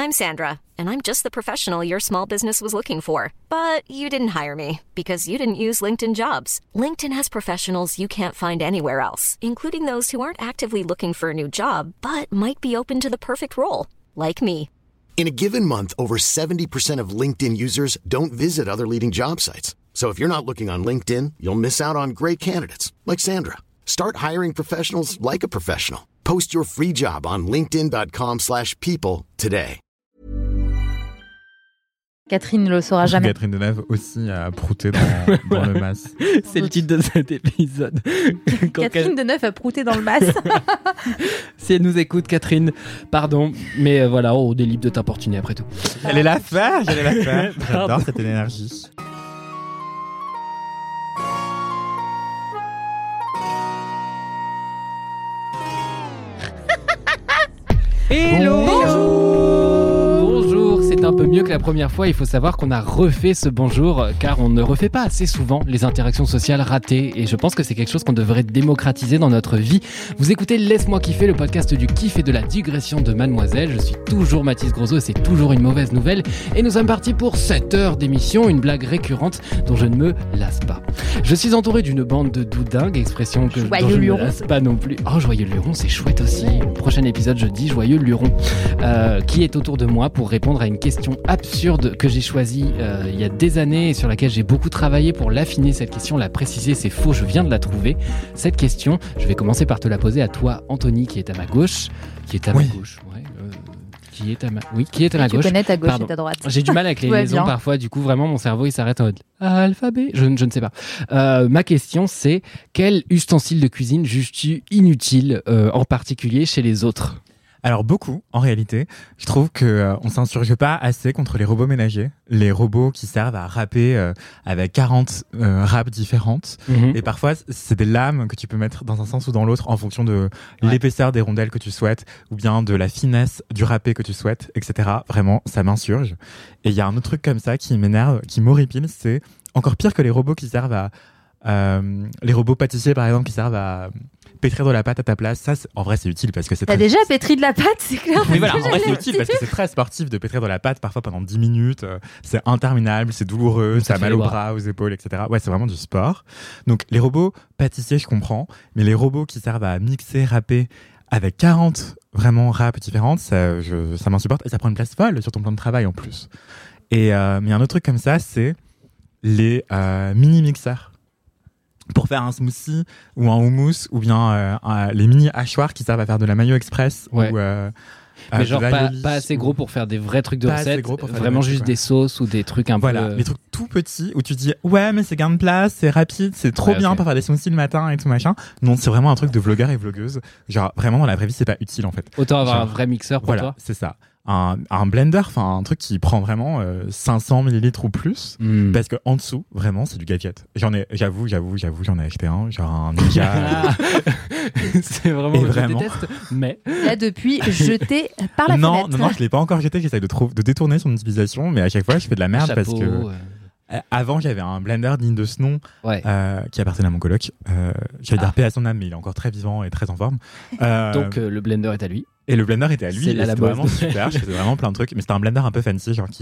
I'm Sandra, and I'm just the professional your small business was looking for. But you didn't hire me because you didn't use LinkedIn Jobs. LinkedIn has professionals you can't find anywhere else, including those who aren't actively looking for a new job, but might be open to the perfect role, like me. In a given month, over 70% of LinkedIn users don't visit other leading job sites. So if you're not looking on LinkedIn, you'll miss out on great candidates like Sandra. Start hiring professionals like a professional. Post your free job on linkedin.com/people today. Catherine ne le saura jamais. Catherine Deneuve aussi a prouté dans le mas. C'est le titre de cet épisode. Catherine Deneuve a prouté dans le mas. Si elle nous écoute, Catherine, pardon, mais voilà, on est libre de t'importuner après tout. J'allais la faire. J'adore cette énergie. Hello. Bonjour, c'est un peu mieux que la première fois. Il faut savoir qu'on a refait ce bonjour car on ne refait pas assez souvent les interactions sociales ratées et je pense que c'est quelque chose qu'on devrait démocratiser dans notre vie. Vous écoutez Laisse-moi kiffer, le podcast du kiff et de la digression de Mademoiselle. Je suis toujours Mathis Grosso et c'est toujours une mauvaise nouvelle et nous sommes partis pour 7 heures d'émission, une blague récurrente dont je ne me lasse pas. Je suis entouré d'une bande de doudingues, expression que dont je ne me lasse pas non plus. Oh, Joyeux Luron, c'est chouette aussi. Le prochain épisode, je dis Joyeux Luron, qui est autour de moi pour répondre à une question absurde que j'ai choisie il y a des années et sur laquelle j'ai beaucoup travaillé pour l'affiner. Cette question, la préciser, c'est faux, je viens de la trouver. Cette question, je vais commencer par te la poser à toi, Anthony, qui est à ma gauche. Qui est à ma gauche, ouais. Qui est à ma gauche. Tu connais ta gauche Pardon. et ta droite. J'ai du mal avec les liaisons parfois, du coup vraiment mon cerveau il s'arrête en mode alphabet. Je ne sais pas. Ma question c'est quel ustensile de cuisine juges-tu inutile en particulier chez les autres ? Alors beaucoup, en réalité. Je trouve que on s'insurge pas assez contre les robots ménagers, les robots qui servent à râper avec 40 râpes différentes. Et parfois, c'est des lames que tu peux mettre dans un sens ou dans l'autre en fonction de l'épaisseur des rondelles que tu souhaites ou bien de la finesse du râpé que tu souhaites, etc. Vraiment, ça m'insurge. Et il y a un autre truc comme ça qui m'énerve, qui m'horripile, c'est encore pire que les robots qui servent à... les robots pâtissiers, par exemple, qui servent à... pétrir de la pâte à ta place, ça, en vrai, c'est utile parce que c'est T'as déjà pétri de la pâte, c'est clair. Mais voilà, en vrai, c'est utile parce que c'est très sportif de pétrir de la pâte parfois pendant 10 minutes. C'est interminable, c'est douloureux, ça a mal aux bras, aux épaules, etc. Ouais, c'est vraiment du sport. Donc, les robots pâtissiers, je comprends, mais les robots qui servent à mixer, râper avec 40 vraiment râpes différentes, ça m'insupporte et ça prend une place folle sur ton plan de travail en plus. Et mais un autre truc comme ça, c'est les mini-mixeurs. Pour faire un smoothie ou un houmous ou bien les mini hachoirs qui servent à faire de la mayo express ou mais genre pas assez gros pour faire des vrais trucs de recettes, vraiment juste des sauces ou des trucs un peu... Voilà, les trucs tout petits où tu dis ouais mais c'est gain de place, c'est rapide, c'est trop bien pour faire des smoothies le matin et tout machin. Non, c'est vraiment un truc de vlogueur et vlogueuse. Genre vraiment dans la vraie vie c'est pas utile en fait. Autant avoir un vrai mixeur pour toi. Voilà, c'est ça. Un blender, enfin un truc qui prend vraiment 500 millilitres ou plus, parce que en dessous, vraiment, c'est du gadget. J'avoue, j'en ai acheté un, genre un Ninja. C'est vraiment, je déteste, mais... Là, depuis, jeté par la fenêtre. Non, je l'ai pas encore jeté, j'essaye de détourner son utilisation, mais à chaque fois, je fais de la merde parce que... Avant, j'avais un blender digne de ce nom qui appartenait à mon coloc. J'allais dire paix à son âme, mais il est encore très vivant et très en forme. Donc, le blender est à lui. Et le blender était à lui, c'était vraiment super, je faisais vraiment plein de trucs, mais c'était un blender un peu fancy, genre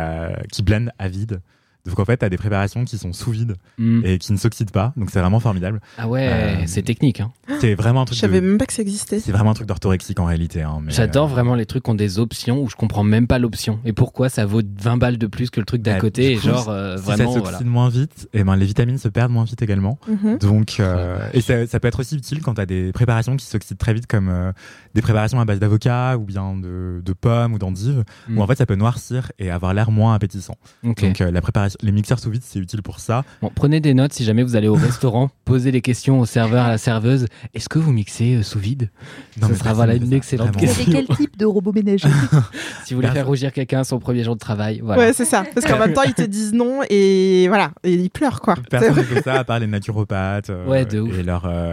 qui blende à vide. Donc en fait, t'as des préparations qui sont sous vide et qui ne s'oxydent pas, donc c'est vraiment formidable. Ah ouais, c'est technique. Hein. C'est vraiment un truc. Je savais même pas que ça existait. C'est vraiment un truc d'orthorexique en réalité. Hein, mais j'adore vraiment les trucs qui ont des options où je comprends même pas l'option et pourquoi ça vaut 20 balles de plus que le truc d'à côté. Coup, et genre si vraiment. Ça s'oxyde moins vite, et ben les vitamines se perdent moins vite également. Donc et ça peut être aussi utile quand t'as des préparations qui s'oxydent très vite, comme des préparations à base d'avocat ou bien de pommes ou d'endives, où en fait ça peut noircir et avoir l'air moins appétissant. Donc la préparation, les mixeurs sous vide, c'est utile pour ça. Bon, prenez des notes si jamais vous allez au restaurant, posez les questions au serveur, à la serveuse. Est-ce que vous mixez sous vide ? Non, ça sera voilà une excellente question. Quel type de robot ménager ? Si vous voulez faire rougir quelqu'un son premier jour de travail, voilà. Ouais, c'est ça. Parce qu'en même temps, ils te disent non et voilà, et ils pleurent quoi. Personne ne fait ça à part les naturopathes et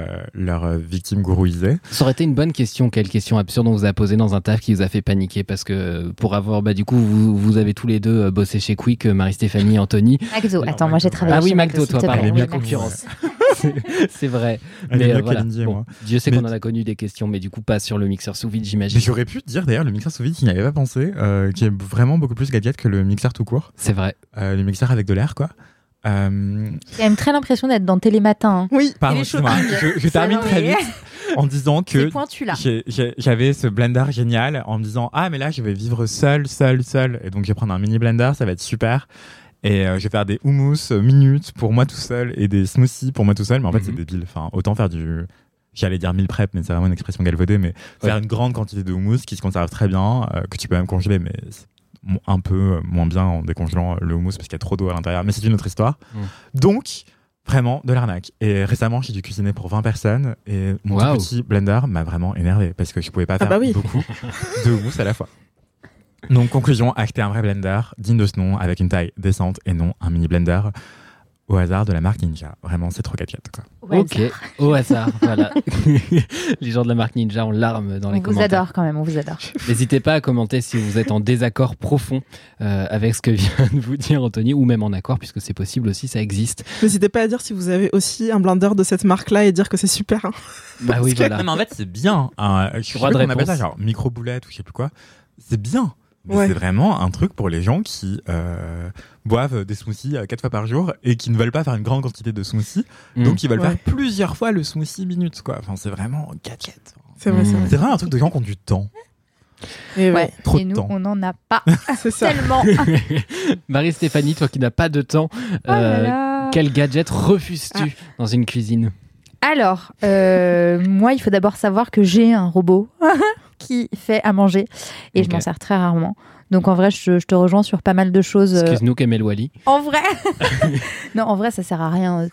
leurs victimes gourouisées. Ça aurait été une bonne question. Quelle question absurde on vous a posée dans un taf qui vous a fait paniquer ? Parce que pour avoir, du coup, vous avez tous les deux bossé chez Quick, Marie-Stéphanie, Anthony. McDo. Attends, moi j'ai travaillé chez McDo, toi, pardon, bien concurrence. C'est vrai. Mais voilà. Bon, Dieu sait qu'on en a connu des questions, mais du coup pas sur le mixeur sous vide, j'imagine. Mais j'aurais pu te dire d'ailleurs le mixeur sous vide, qui n'y avait pas pensé, qui est vraiment beaucoup plus gadget que le mixeur tout court. C'est vrai. Le mixeur avec de l'air, quoi. J'ai quand même très l'impression d'être dans Télématin. Hein. Oui. Pardon, excuse-moi. Je termine très vite en disant que j'avais ce blender génial en me disant mais là je vais vivre seul, et donc je vais prendre un mini blender, ça va être super. Et je vais faire des houmous minutes pour moi tout seul et des smoothies pour moi tout seul, mais en fait c'est débile. Enfin, autant faire j'allais dire meal prep, mais c'est vraiment une expression galvaudée, mais faire une grande quantité de houmous qui se conserve très bien, que tu peux même congeler, mais c'est un peu moins bien en décongelant le houmous parce qu'il y a trop d'eau à l'intérieur, mais c'est une autre histoire. Donc vraiment de l'arnaque. Et récemment j'ai dû cuisiner pour 20 personnes et mon tout petit blender m'a vraiment énervé parce que je pouvais pas faire beaucoup de houmous à la fois. Donc conclusion, acheter un vrai blender digne de ce nom avec une taille décente et non un mini blender au hasard de la marque Ninja. Vraiment, c'est trop gadget, quoi. Ok, au hasard, voilà. Les gens de la marque Ninja ont larmes dans les commentaires. On vous adore quand même, on vous adore. N'hésitez pas à commenter si vous êtes en désaccord profond avec ce que vient de vous dire Anthony, ou même en accord, puisque c'est possible aussi, ça existe. N'hésitez pas à dire si vous avez aussi un blender de cette marque-là et dire que c'est super. Hein. Bah oui, voilà. Non, mais en fait, c'est bien. Je crois qu'on appelle ça genre micro-boulette ou je sais plus quoi. C'est bien. Mais c'est vraiment un truc pour les gens qui boivent des smoothies 4 fois par jour et qui ne veulent pas faire une grande quantité de smoothies. Donc, ils veulent faire plusieurs fois le smoothie minutes, quoi. Enfin, c'est vraiment gadget. C'est vrai, c'est vraiment un truc de gens qui ont du temps. Et trop et de nous, temps. on n'en a pas c'est ça. tellement. Marie-Stéphanie, toi qui n'as pas de temps, quel gadget refuses-tu dans une cuisine ? Alors, moi, il faut d'abord savoir que j'ai un robot qui fait à manger et je m'en sers très rarement. Donc en vrai, je te rejoins sur pas mal de choses. Excuse-nous, Kamel Wally. En vrai non, en vrai, ça sert à rien.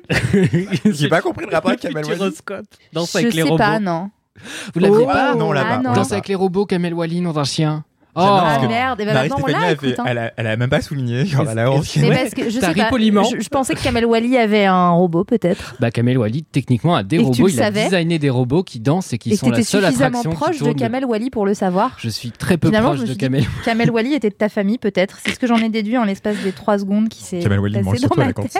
J'ai pas compris le rapport avec Kamel Wally. Danse avec les robots. Je sais pas, non. Vous l'aviez pas ? Non, on l'a pas. Danse avec les robots, Kamel Wally, nom d'un chien. Merde, et ben maintenant on l'a, écoute, elle a même pas souligné, genre elle a mais parce que je sais pas, poliment. je pensais que Kamel Wally avait un robot peut-être. Bah Kamel Wally techniquement a des robots, il a designé des robots qui dansent et qui sont la seule attraction qui tourne. proche de Kamel Wally pour le savoir. Je suis très peu proche de Kamel Wally. Kamel Wally était de ta famille peut-être, c'est ce que j'en ai déduit en l'espace des 3 secondes qui s'est Kamel Wally mange surtout à la cantine.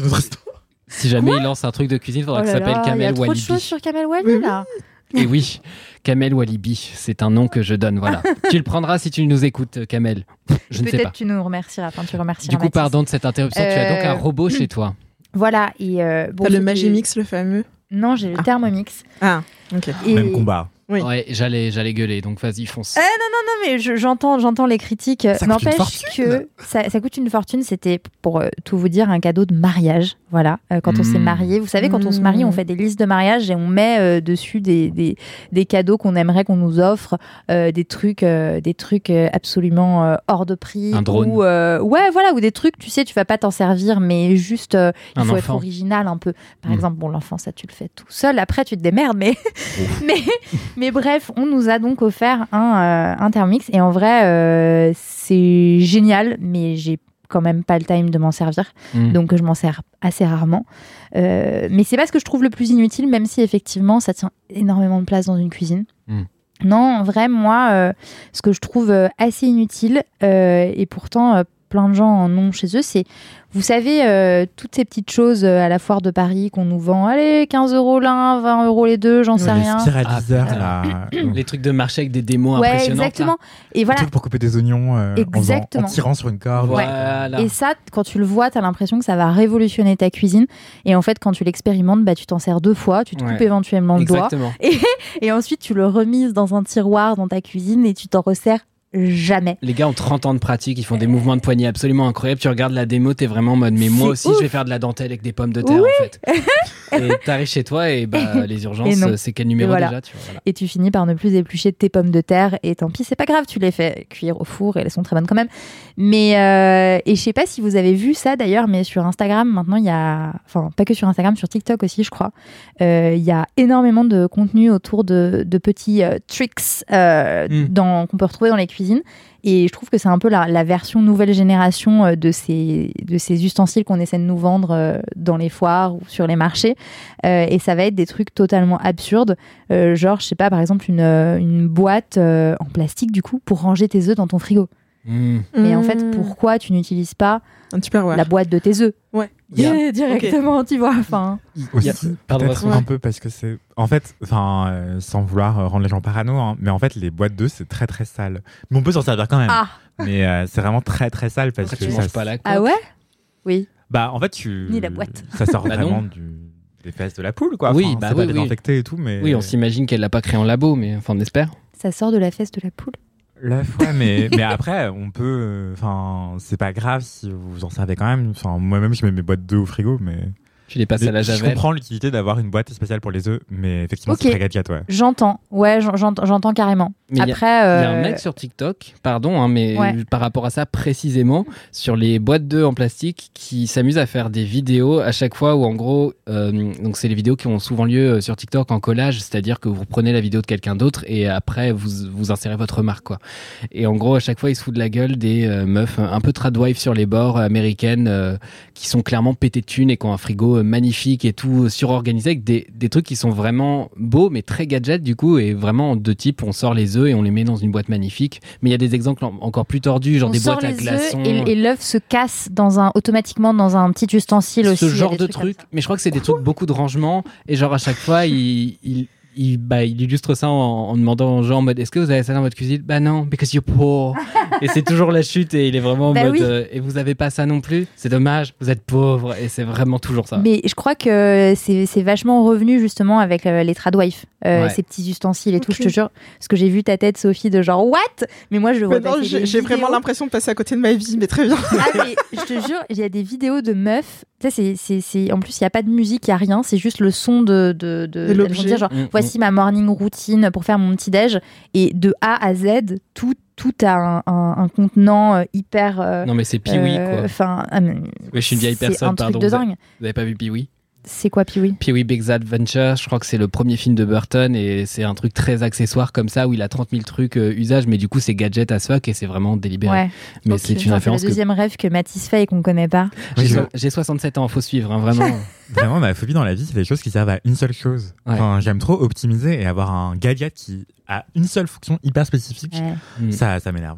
Si jamais il lance un truc de cuisine, il faudra que ça s'appelle Kamel Wally. Il y a trop de choses sur Kamel Wally là. Et oui, Kamel Walibi, c'est un nom que je donne, voilà. Tu le prendras si tu nous écoutes, Kamel. Je ne sais pas. Peut-être tu nous remercieras, tu remercieras. Du coup, Mathis. pardon de cette interruption, tu as donc un robot chez toi. Voilà, et t'as le Magimix, le fameux. Non, j'ai le Thermomix. Ah, ok. Et... Même combat. Oui. Ouais, j'allais gueuler, donc vas-y, fonce. Non, mais j'entends les critiques. N'empêche que ça coûte une fortune. C'était, pour tout vous dire, un cadeau de mariage. Voilà, quand on s'est marié. Vous savez, quand on se marie, on fait des listes de mariage et on met dessus des cadeaux qu'on aimerait qu'on nous offre, des trucs absolument hors de prix. Un drone. Ou des trucs, tu sais, tu vas pas t'en servir, mais juste, il faut être original un peu. Par exemple, l'enfant, ça, tu le fais tout seul. Après, tu te démerdes, mais bref, on nous a donc offert un Thermomix et en vrai, c'est génial, mais j'ai quand même pas le time de m'en servir, donc je m'en sers assez rarement. Mais c'est pas ce que je trouve le plus inutile, même si effectivement ça tient énormément de place dans une cuisine. Non, en vrai, moi, ce que je trouve assez inutile, et pourtant plein de gens en ont chez eux, c'est, vous savez, toutes ces petites choses à la foire de Paris qu'on nous vend, allez, 15 € l'un, 20 € les deux, j'en sais rien. Les spiraliseurs, là. Les trucs de marché avec des démos impressionnantes. Exactement. Là. Et voilà. Des trucs pour couper des oignons en tirant sur une corde. Voilà. Et ça, quand tu le vois, t'as l'impression que ça va révolutionner ta cuisine. Et en fait, quand tu l'expérimentes, tu t'en sers 2 fois, tu te coupes éventuellement le doigt. Et ensuite, tu le remises dans un tiroir dans ta cuisine et tu t'en resserres jamais. Les gars ont 30 ans de pratique, ils font des mouvements de poignet absolument incroyables. Tu regardes la démo, t'es vraiment en mode, mais moi aussi, je vais faire de la dentelle avec des pommes de terre, en fait. Et t'arrives chez toi et les urgences, c'est quel numéro déjà, tu vois, voilà. Et tu finis par ne plus éplucher tes pommes de terre et tant pis, c'est pas grave, tu les fais cuire au four et elles sont très bonnes quand même. Mais et je sais pas si vous avez vu ça d'ailleurs, mais sur Instagram maintenant il y a, enfin pas que sur Instagram, sur TikTok aussi je crois, il y a énormément de contenu autour de petits tricks qu'on peut retrouver dans les cuisines. Et je trouve que c'est un peu la version nouvelle génération de ces ustensiles qu'on essaie de nous vendre dans les foires ou sur les marchés. Et ça va être des trucs totalement absurdes. Genre, je sais pas, par exemple, une boîte en plastique, du coup, pour ranger tes œufs dans ton frigo. Mais en fait, pourquoi tu n'utilises pas un Tupperware, la boîte de tes œufs? Ouais. directement, tu vois. Enfin. Aussi, peut-être un peu parce que c'est. En fait, sans vouloir rendre les gens parano, hein, mais en fait, les boîtes d'œufs, c'est très très sale. Mais on peut s'en servir quand même. Ah. Mais c'est vraiment très très sale parce que tu manges pas la coque. Ah ouais? Oui. Bah, en fait, Ni la boîte. Ça sort vraiment des fesses de la poule, quoi. Oui, c'est pas désinfecté et tout, mais. Oui, on s'imagine qu'elle l'a pas créé en labo, mais on espère. Ça sort de la fesse de la poule. Mais après, on peut. C'est pas grave si vous en servez quand même. Moi-même, je mets mes boîtes d'œufs au frigo, mais. Tu les passes à la javel. Je comprends l'utilité d'avoir une boîte spéciale pour les œufs, mais effectivement, c'est très gadget, ouais. J'entends, j'entends carrément. Mais après, il y a un mec sur TikTok, mais par rapport à ça précisément, sur les boîtes d'œufs en plastique, qui s'amuse à faire des vidéos à chaque fois où en gros, donc c'est les vidéos qui ont souvent lieu sur TikTok en collage, c'est-à-dire que vous prenez la vidéo de quelqu'un d'autre et après vous insérez votre marque, quoi. Et en gros, à chaque fois, il se fout de la gueule des meufs un peu tradwife sur les bords américaines qui sont clairement pétées de thunes et qui ont un frigo magnifique et tout surorganisé avec des trucs qui sont vraiment beaux mais très gadget du coup, et vraiment de type on sort les œufs et on les met dans une boîte magnifique. Mais il y a des exemples encore plus tordus, genre des boîtes à glaçons et l'œuf se casse automatiquement dans un petit ustensile aussi. Ce genre de trucs, mais je crois que c'est des trucs beaucoup de rangement et genre à chaque fois il illustre ça en demandant aux gens en mode est-ce que vous avez ça dans votre cuisine? Bah non, because you're poor. Et c'est toujours la chute et il est vraiment en mode et vous avez pas ça non plus? C'est dommage, vous êtes pauvre. Et c'est vraiment toujours ça. Mais je crois que c'est vachement revenu justement avec les tradwives, ces petits ustensiles et tout, je te jure. Parce que j'ai vu ta tête, Sophie, de genre what? Mais moi je vois j'ai vraiment l'impression de passer à côté de ma vie, mais très bien. Mais je te jure, il y a des vidéos de meufs. Tu sais, en plus il y a pas de musique, il y a rien, c'est juste le son de l'objet. Genre voici ma morning routine pour faire mon petit déj, et de A à Z tout a un contenant hyper. Non mais c'est Pee-wee quoi. Je suis une vieille personne, pardon. Vous avez pas vu Pee-wee? C'est quoi Pee-wee? Pee-wee Big Adventure, je crois que c'est le premier film de Burton et c'est un truc très accessoire comme ça où il a 30 000 trucs usage, mais du coup c'est gadget as fuck et c'est vraiment délibéré. Ouais. Mais c'est une référence. C'est le deuxième rêve que Mathis fait et qu'on connaît pas. J'ai 67 ans, faut suivre, hein, vraiment. Vraiment, ma phobie dans la vie, c'est des choses qui servent à une seule chose. Ouais. J'aime trop optimiser et avoir un gadget qui a une seule fonction hyper spécifique. Ouais. Ça m'énerve.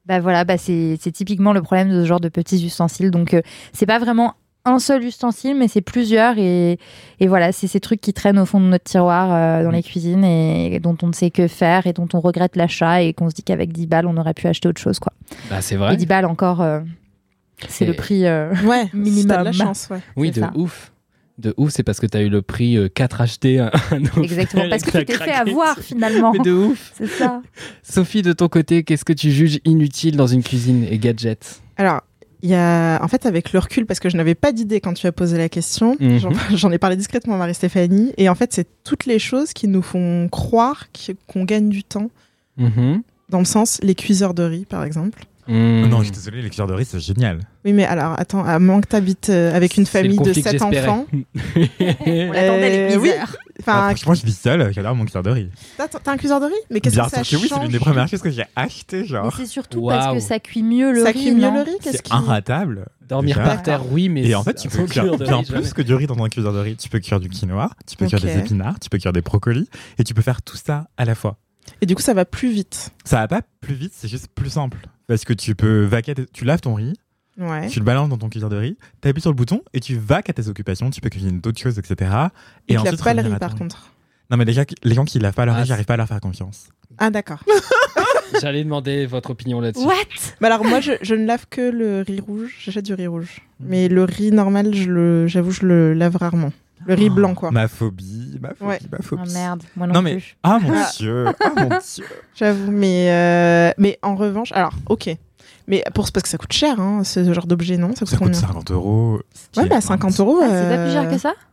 C'est typiquement le problème de ce genre de petits ustensiles. Donc, c'est pas vraiment un seul ustensile, mais c'est plusieurs. Et voilà, c'est ces trucs qui traînent au fond de notre tiroir dans les cuisines et dont on ne sait que faire et dont on regrette l'achat et qu'on se dit qu'avec 10 balles, on aurait pu acheter autre chose, quoi. C'est vrai. Et 10 balles encore, c'est le prix minimum. T'as de la chance, ouais. Oui, de ouf. De ouf, c'est parce que t'as eu le prix 4 achetés. Exactement, parce que tu t'es fait avoir finalement. Mais de ouf. C'est ça. Sophie, de ton côté, qu'est-ce que tu juges inutile dans une cuisine et gadget? Alors, il y a, en fait, avec le recul, parce que je n'avais pas d'idée quand tu as posé la question, j'en ai parlé discrètement à Marie-Stéphanie, et en fait, c'est toutes les choses qui nous font croire qu'on gagne du temps. Dans le sens, les cuiseurs de riz, par exemple. Non, je suis désolé, les cuiseurs de riz, c'est génial. Oui, mais alors, attends, à moins que tu habites avec une famille de 7 enfants. On attendait les cuiseurs. Franchement, je vis seul, j'adore mon cuiseur de riz. T'as un cuiseur de riz? Mais qu'est-ce que ça change? Oui, c'est l'une des premières choses que j'ai acheté, genre. Mais c'est surtout parce que ça cuit mieux le riz. Ça cuit mieux le riz? C'est inratable. Dormir par terre, oui, mais. Et en fait, tu peux cuire bien plus que du riz dans un cuiseur de riz. Tu peux cuire du quinoa, tu peux cuire des épinards, tu peux cuire des brocolis, et tu peux faire tout ça à la fois. Et du coup, ça va plus vite. Ça va pas plus vite, c'est juste plus simple. Parce que tu peux tu laves ton riz, tu le balances dans ton cuiseur de riz, tu appuies sur le bouton et tu vaques à tes occupations, tu peux cuisiner d'autres choses, etc. Et ensuite, tu laves pas le riz, par contre. Non, mais déjà, les gens qui lavent pas leur riz, j'arrive pas à leur faire confiance. Ah, d'accord. J'allais demander votre opinion là-dessus. What? Bah alors, moi, je ne lave que le riz rouge. J'achète du riz rouge. Mais le riz normal, j'avoue, je le lave rarement. Le riz blanc, quoi. Ma phobie. Oh merde, moi non plus. Ah mon Dieu. J'avoue, mais en revanche, alors, ok. Mais parce que ça coûte cher, hein, ce genre d'objet, non? Ça coûte 50 €. Ouais, bah 50 €. C'est pas plus cher que ça?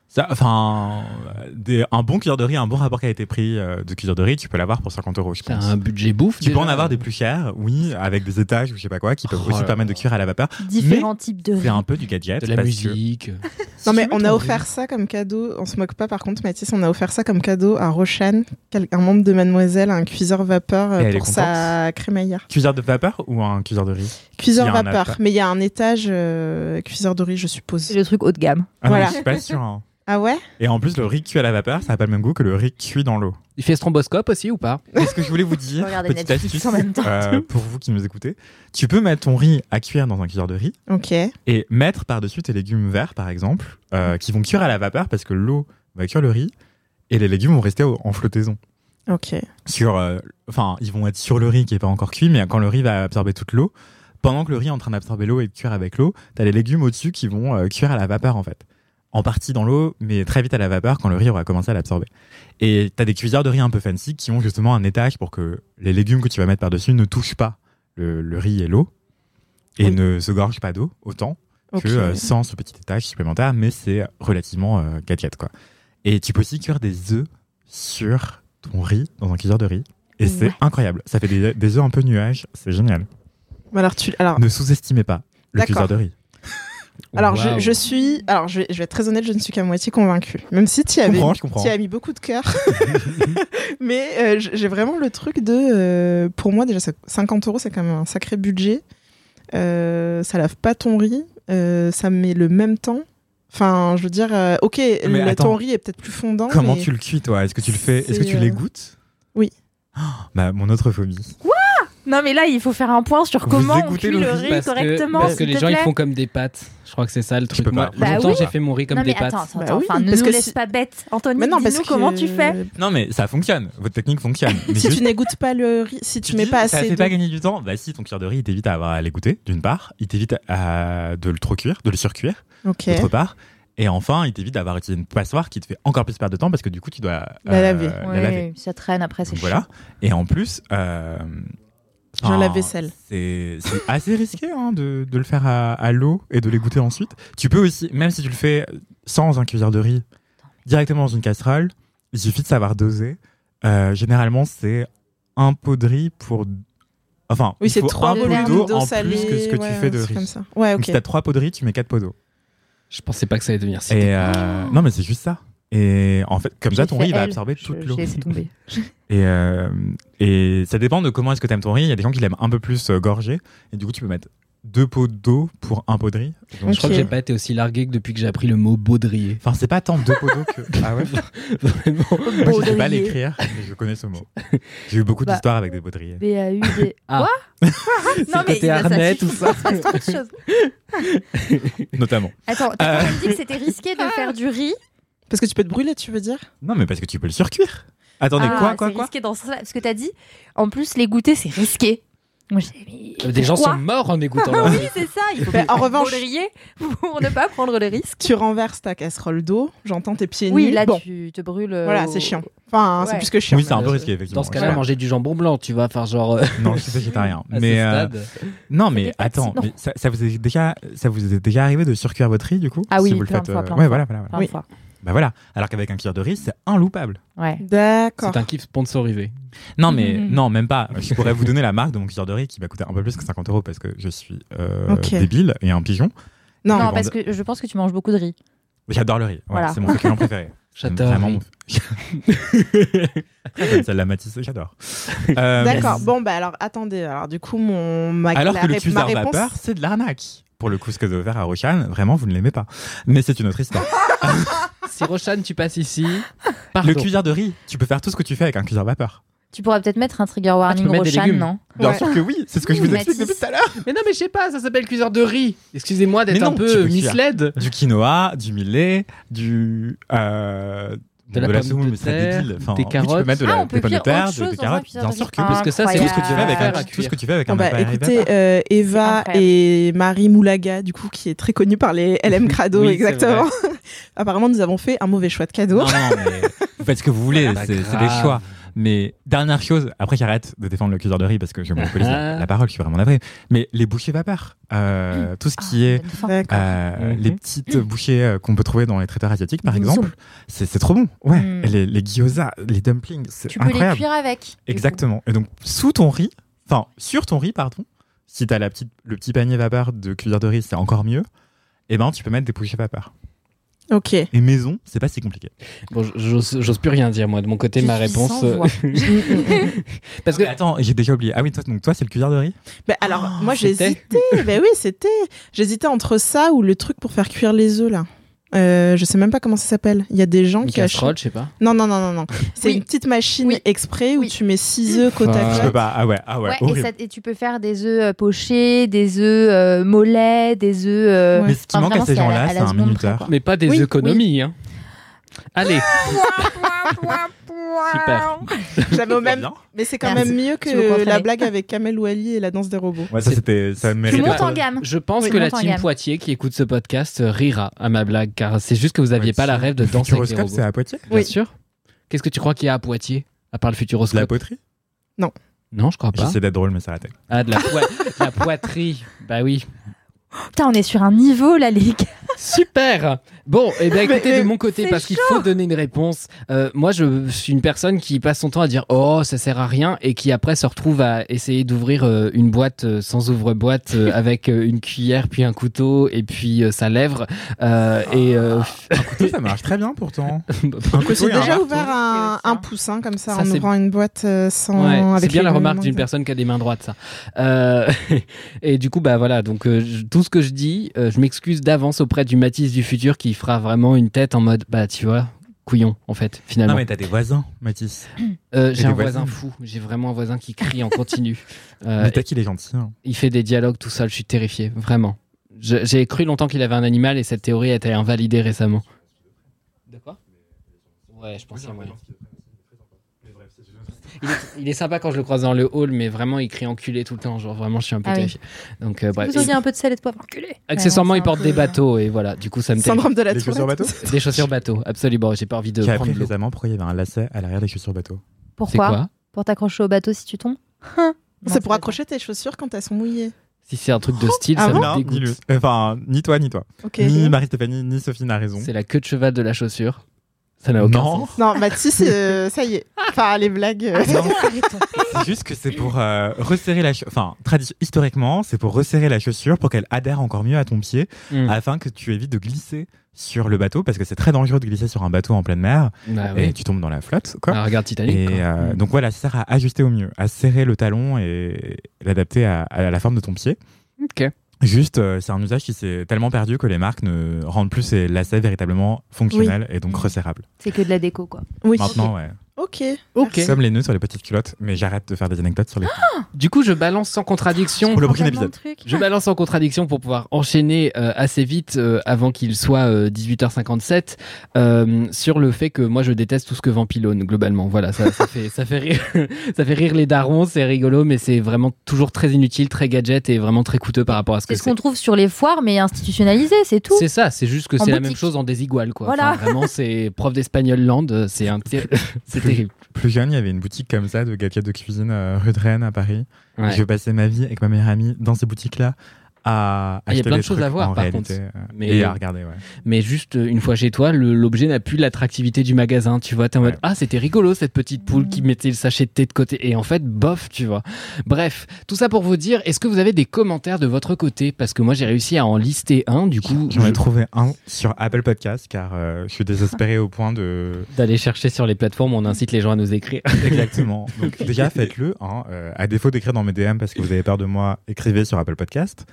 Un bon cuiseur de riz, un bon rapport qualité-prix de cuiseur de riz, tu peux l'avoir pour 50 €, je pense. C'est un budget bouffe. Tu peux en avoir des plus chers, oui, avec des étages ou je sais pas quoi, qui peuvent aussi permettre de cuire à la vapeur. Différents types de riz. C'est un peu du gadget. De la musique. Non, mais on a offert ça comme cadeau. On se moque pas, par contre, Mathis, on a offert ça comme cadeau à Rochane, un membre de Mademoiselle, un cuiseur vapeur pour sa crémaillère. Cuiseur de vapeur ou un cuiseur de riz? Cuiseur vapeur, mais il y a un étage cuiseur de riz, je suppose. C'est le truc haut de gamme. Ah voilà. Non, je suis pas sûr. Hein. Ah ouais? Et en plus, le riz cuit à la vapeur, ça n'a pas le même goût que le riz cuit dans l'eau. Il fait stromboscope aussi ou pas? C'est ce que je voulais vous dire. Petite astuce en même temps. Pour vous qui nous écoutez. Tu peux mettre ton riz à cuire dans un cuiseur de riz. Ok. Et mettre par-dessus tes légumes verts, par exemple, qui vont cuire à la vapeur parce que l'eau va cuire le riz et les légumes vont rester en flottaison. Ok. Ils vont être sur le riz qui n'est pas encore cuit, mais quand le riz va absorber toute l'eau, pendant que le riz est en train d'absorber l'eau et de cuire avec l'eau, tu as les légumes au-dessus qui vont cuire à la vapeur en fait. En partie dans l'eau, mais très vite à la vapeur quand le riz aura commencé à l'absorber. Et tu as des cuiseurs de riz un peu fancy qui ont justement un étage pour que les légumes que tu vas mettre par-dessus ne touchent pas le riz et l'eau et ne se gorgent pas d'eau autant que sans ce petit étage supplémentaire, mais c'est relativement gadget quoi. Et tu peux aussi cuire des œufs sur ton riz dans un cuiseur de riz et c'est incroyable. Ça fait des œufs un peu nuages, c'est génial. Alors... Ne sous-estimez pas le cuiseur de riz. Alors, wow. je vais être très honnête, je ne suis qu'à moitié convaincue. Même si tu as mis beaucoup de cœur. Mais j'ai vraiment le truc de... pour moi, déjà, 50 €, c'est quand même un sacré budget. Ça lave pas ton riz. Ça met le même temps. Enfin, je veux dire, ton riz est peut-être plus fondant. Comment tu le cuis, toi? Est-ce que tu le fais? Est-ce que tu l'égouttes? Oui. Mon autre phobie. Quoi? Non, mais là, il faut faire un point sur comment on cuit le riz correctement. Parce que les gens, ils font comme des pâtes. Je crois que c'est ça le truc. Moi, longtemps, j'ai fait mon riz comme des pâtes. Attends, ne nous laisse pas bête. Anthony, dis-nous comment tu fais. Non, mais ça fonctionne. Votre technique fonctionne. Si tu n'égouttes pas le riz, si tu mets pas assez. Ça fait pas gagner du temps. Bah, si ton cuillère de riz, il t'évite à l'égoutter, d'une part. Il t'évite de le trop cuire, de le surcuire, d'autre part. Et enfin, il t'évite d'avoir utilisé une passoire qui te fait encore plus perdre de temps parce que du coup, tu dois la laver. Ça traîne après, c'est chiant. Voilà. Et en plus. J'ai un lave-vaisselle. C'est assez risqué de le faire à l'eau et de l'égoutter ensuite. Tu peux aussi, même si tu le fais sans un cuiseur de riz, directement dans une casserole, il suffit de savoir doser. Généralement, c'est un pot de riz pour... Enfin, oui, c'est 3 pot d'eau en plus que ce que tu fais de riz. Comme ça. Ouais, okay. Donc si tu as 3 pots de riz, tu mets 4 pots d'eau. Je pensais pas que ça allait devenir si. Non, mais c'est juste ça. Et en fait, comme ça, ton riz va absorber toute l'eau. J'ai laissé tomber. Et ça dépend de comment est-ce que tu aimes ton riz. Il y a des gens qui l'aiment un peu plus gorgé. Et du coup, tu peux mettre 2 pots d'eau pour 1 pot de riz. Donc, je crois que j'ai pas été aussi largué que depuis que j'ai appris le mot baudrier. Enfin, c'est pas tant 2 pots d'eau que... Ah ouais. Vraiment. Moi, je sais pas l'écrire, mais je connais ce mot. J'ai eu beaucoup d'histoires avec des baudriers. B-A-U-D... Quoi? Non, mais côté Arnais, tout ça. Ça se passe trop de choses. Notamment. Attends, t'as quand même dit que c'était risqué de faire du riz? Parce que tu peux te brûler, tu veux dire? Non, mais parce que tu peux le surcuire. Attendez, quoi? C'est risqué dans ce sens-là. Parce que t'as dit, en plus, les goûter, c'est risqué. Moi, des gens sont morts en écoutant leur Oui, c'est ça. Il faut en revanche, pour ne pas prendre le risque. Tu renverses ta casserole d'eau, j'entends tes pieds nus. Oui, là, tu te brûles. Voilà, c'est chiant. Enfin, c'est plus que chiant. Oui, c'est un peu risqué, effectivement. Dans ce cas-là, manger du jambon blanc, tu vas faire genre. Non, je suis végétarien. Mais non, mais attends, mais ça vous est déjà arrivé de surcuire votre riz, du coup? Ah oui, si vous le faites. Ouais, voilà. Oui. Bah voilà. Alors qu'avec un cuillère de riz, c'est inloupable. Ouais. D'accord. C'est un kiff sponsorisé. Non, mais non, même pas. Je pourrais vous donner la marque de mon cuillère de riz qui va coûter un peu plus que 50 € parce que je suis débile et un pigeon. Non, parce que je pense que tu manges beaucoup de riz. J'adore le riz. Ouais, voilà. C'est mon féculent préféré. J'adore. Vraiment. Celle-là, Matisse, j'adore. D'accord. Bon, bah alors, attendez. Alors, du coup, alors que le cuiseur vapeur, c'est de l'arnaque. Pour le coup, ce que vous avez fait à Rochane, vraiment, vous ne l'aimez pas. Mais c'est une autre histoire. Si Rochane, tu passes ici. Le cuiseur de riz, tu peux faire tout ce que tu fais avec un cuiseur vapeur. Tu pourrais peut-être mettre un trigger warning Rochane, non? Bien sûr que oui, c'est ce que je vous explique depuis tout à l'heure. Mais non, mais je sais pas, ça s'appelle cuiseur de riz. Excusez-moi d'être un peu misled. Du quinoa, du millet, de la semoule, mais c'est débile. Des carottes. Tu peux mettre des pommes de terre, des carottes. Bien sûr que parce que ça, c'est tout ce que tu fais avec un appareil vapeur. Écoutez, Eva et Marie Moulaga, du coup, qui est très connue par les LM Crado, exactement. Apparemment, nous avons fait un mauvais choix de cadeau. Non, mais vous faites ce que vous voulez, c'est des choix. Mais dernière chose, après j'arrête de défendre le cuiseur de riz parce que je monopolise la parole, je suis vraiment navré. Mais les bouchées vapeur, tout ce qui est les petites bouchées qu'on peut trouver dans les traiteurs asiatiques par exemple, c'est trop bon. Ouais, et les gyoza, les dumplings, c'est incroyable. Tu peux les cuire avec. Exactement. Et donc sur ton riz, si t'as le petit panier vapeur de cuiseur de riz, c'est encore mieux. Et ben tu peux mettre des bouchées vapeur. Ok. Et maison, c'est pas si compliqué. Bon, j'ose plus rien dire, moi. De mon côté, ma réponse. Parce que attends, j'ai déjà oublié. Ah oui, toi, c'est le cuillère de riz. Bah alors, moi, j'ai hésité. Bah oui, j'hésitais entre ça ou le truc pour faire cuire les œufs là. Je sais même pas comment ça s'appelle. Il y a des gens qui achètent. Je sais pas. Non. C'est une petite machine exprès où tu mets 6 œufs côte à côte. Ah ouais. Et tu peux faire des œufs pochés, des œufs mollets, des œufs. Mais ce qui manque à ces gens-là, c'est un minuteur. Mais pas des économies. Hein. Allez. Super. J'avais au même. Mais c'est quand même mieux que la blague avec Kamel Ouali et la danse des robots. Ouais, ça mérite. Tu montes en gamme. Je pense que la team Poitiers qui écoute ce podcast rira à ma blague, car c'est juste que vous aviez pas la rêve de danser avec les robots. C'est à Poitiers. Bien sûr. Qu'est-ce que tu crois qu'il y a à Poitiers à part le Futuroscope? La poterie? Non, je crois pas. J'essaie d'être drôle, mais ça raté. Ah, de la poiterie. Bah oui. Putain, on est sur un niveau là, les gars. Super. Bon, écoutez, de mon côté, parce qu'il faut donner une réponse. Moi, je suis une personne qui passe son temps à dire « Oh, ça sert à rien » et qui après se retrouve à essayer d'ouvrir une boîte sans ouvre-boîte avec une cuillère, puis un couteau et puis sa lèvre. Un couteau, ça marche très bien pourtant. J'ai déjà ouvert un poussin comme ça en ouvrant une boîte sans... Ouais, c'est bien la remarque d'une personne qui a des mains droites, ça. Et du coup, bah voilà, donc tout ce que je dis, je m'excuse d'avance auprès du Mathis du futur qui fera vraiment une tête en mode bah tu vois couillon en fait finalement. Non mais t'as des voisins Mathis. J'ai un voisin fou, j'ai vraiment un voisin qui crie en continu. Mais t'as qu'il est gentil. Hein. Il fait des dialogues tout seul, je suis terrifié vraiment. J'ai cru longtemps qu'il avait un animal et cette théorie a été invalidée récemment. De quoi? Ouais, je pense qu'il y a moyen. Il est sympa quand je le croise dans le hall, mais vraiment il crie enculé tout le temps. Genre vraiment, je suis un peu terrifié. Donc, bref. Vous auriez un peu de sel et de poivre, enculé. Accessoirement, il porte des bateaux et voilà. Du coup, ça me terrifie. Syndrome de la tourette. Des chaussures bateau. Des chaussures bateau, absolument. J'ai pas envie de prendre l'eau. Récemment, pourquoi il y avait un lacet à l'arrière des chaussures bateau? Pourquoi? C'est quoi? Pour t'accrocher au bateau si tu tombes. C'est pour accrocher tes chaussures quand elles sont mouillées. Si c'est un truc de style, ça me dégoûte. Enfin, ni toi. Okay. Ni Marie-Stéphanie, ni Sophie n'a raison. C'est la queue de cheval de la chaussure. Ça n'a aucun sens. Non, Mathis, ça y est. Enfin, les blagues. C'est juste que c'est pour resserrer la chaussure. Enfin, historiquement, c'est pour resserrer la chaussure pour qu'elle adhère encore mieux à ton pied afin que tu évites de glisser sur le bateau parce que c'est très dangereux de glisser sur un bateau en pleine mer et tu tombes dans la flotte. Quoi. Regarde Titanic. Et donc voilà, ça sert à ajuster au mieux, à serrer le talon et l'adapter à la forme de ton pied. Ok. Juste, c'est un usage qui s'est tellement perdu que les marques ne rendent plus ces lacets véritablement fonctionnels et donc resserrables. C'est que de la déco, quoi. Oui. Maintenant, ouais. Ok. Comme les nœuds sur les petites culottes, mais j'arrête de faire des anecdotes sur les Du coup, je balance sans contradiction. Pour le prochain épisode. Je balance sans contradiction pour pouvoir enchaîner assez vite avant qu'il soit 18h57 sur le fait que moi je déteste tout ce que vend Pylone globalement. Voilà, ça fait rire, ça fait rire les darons, c'est rigolo, mais c'est vraiment toujours très inutile, très gadget et vraiment très coûteux par rapport à ce que c'est. C'est ce qu'on trouve sur les foires, mais institutionnalisé, c'est tout. C'est ça, c'est juste que c'est la même chose en désigual, quoi. Voilà. Enfin, vraiment, c'est prof d'espagnol land, c'est terrible. Plus jeune, il y avait une boutique comme ça de gadgets de cuisine rue de Rennes à Paris. Ouais. Je passais ma vie avec ma meilleure amie dans ces boutiques-là à acheter il y a plein de trucs choses à voir en par réalité, contre. et à regarder. Ouais. Mais juste une fois chez toi, l'objet n'a plus l'attractivité du magasin. Tu vois, t'es en mode c'était rigolo cette petite poule qui mettait le sachet de thé de côté. Et en fait, bof, tu vois. Bref, tout ça pour vous dire, est-ce que vous avez des commentaires de votre côté? Parce que moi, j'ai réussi à en lister un. Du coup, j'en ai trouvé un sur Apple Podcast car je suis désespéré au point d'aller chercher sur les plateformes où on incite les gens à nous écrire. Exactement. Donc déjà, faites-le. À défaut d'écrire dans mes DM parce que vous avez peur de moi, écrivez sur Apple Podcast.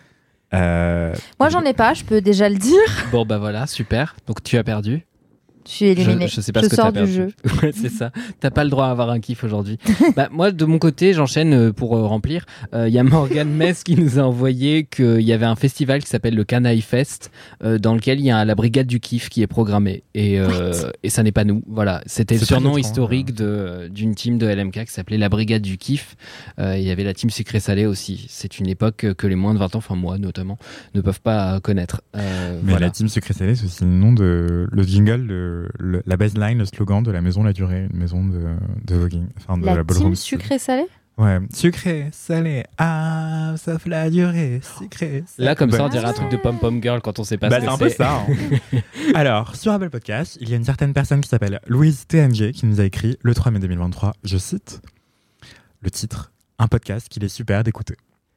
Moi, j'en ai pas, je peux déjà le dire. Bon, bah voilà, super. Donc, tu as perdu. Je suis éliminé. Je sais pas ce que t'as perdu. Du jeu. Ouais, c'est ça. T'as pas le droit à avoir un kiff aujourd'hui. Moi, de mon côté, j'enchaîne pour remplir. Il y a Morgane Metz qui nous a envoyé qu'il y avait un festival qui s'appelle le Canaille Fest, dans lequel il y a la Brigade du Kiff qui est programmée. Et ça n'est pas nous. Voilà. C'était le surnom historique d'une team de LMK qui s'appelait la Brigade du Kiff. Il y avait la team Sucré Salé aussi. C'est une époque que les moins de 20 ans, enfin moi notamment, ne peuvent pas connaître. Mais voilà. La team Sucré Salé, c'est aussi le nom de le jingle de la baseline, le slogan de la maison La Durée, une maison de voguing. Enfin, de la team Sucré-Salé. Ouais, sucré, salé, sauf la durée, sucré. Là, comme ça, on dirait un truc de Pom-Pom Girl quand on sait pas ce que c'est. C'est un peu ça. Hein. Alors, sur Apple Podcast, il y a une certaine personne qui s'appelle Louise TNG qui nous a écrit le 3 mai 2023, je cite, le titre, un podcast qu'il est super d'écouter.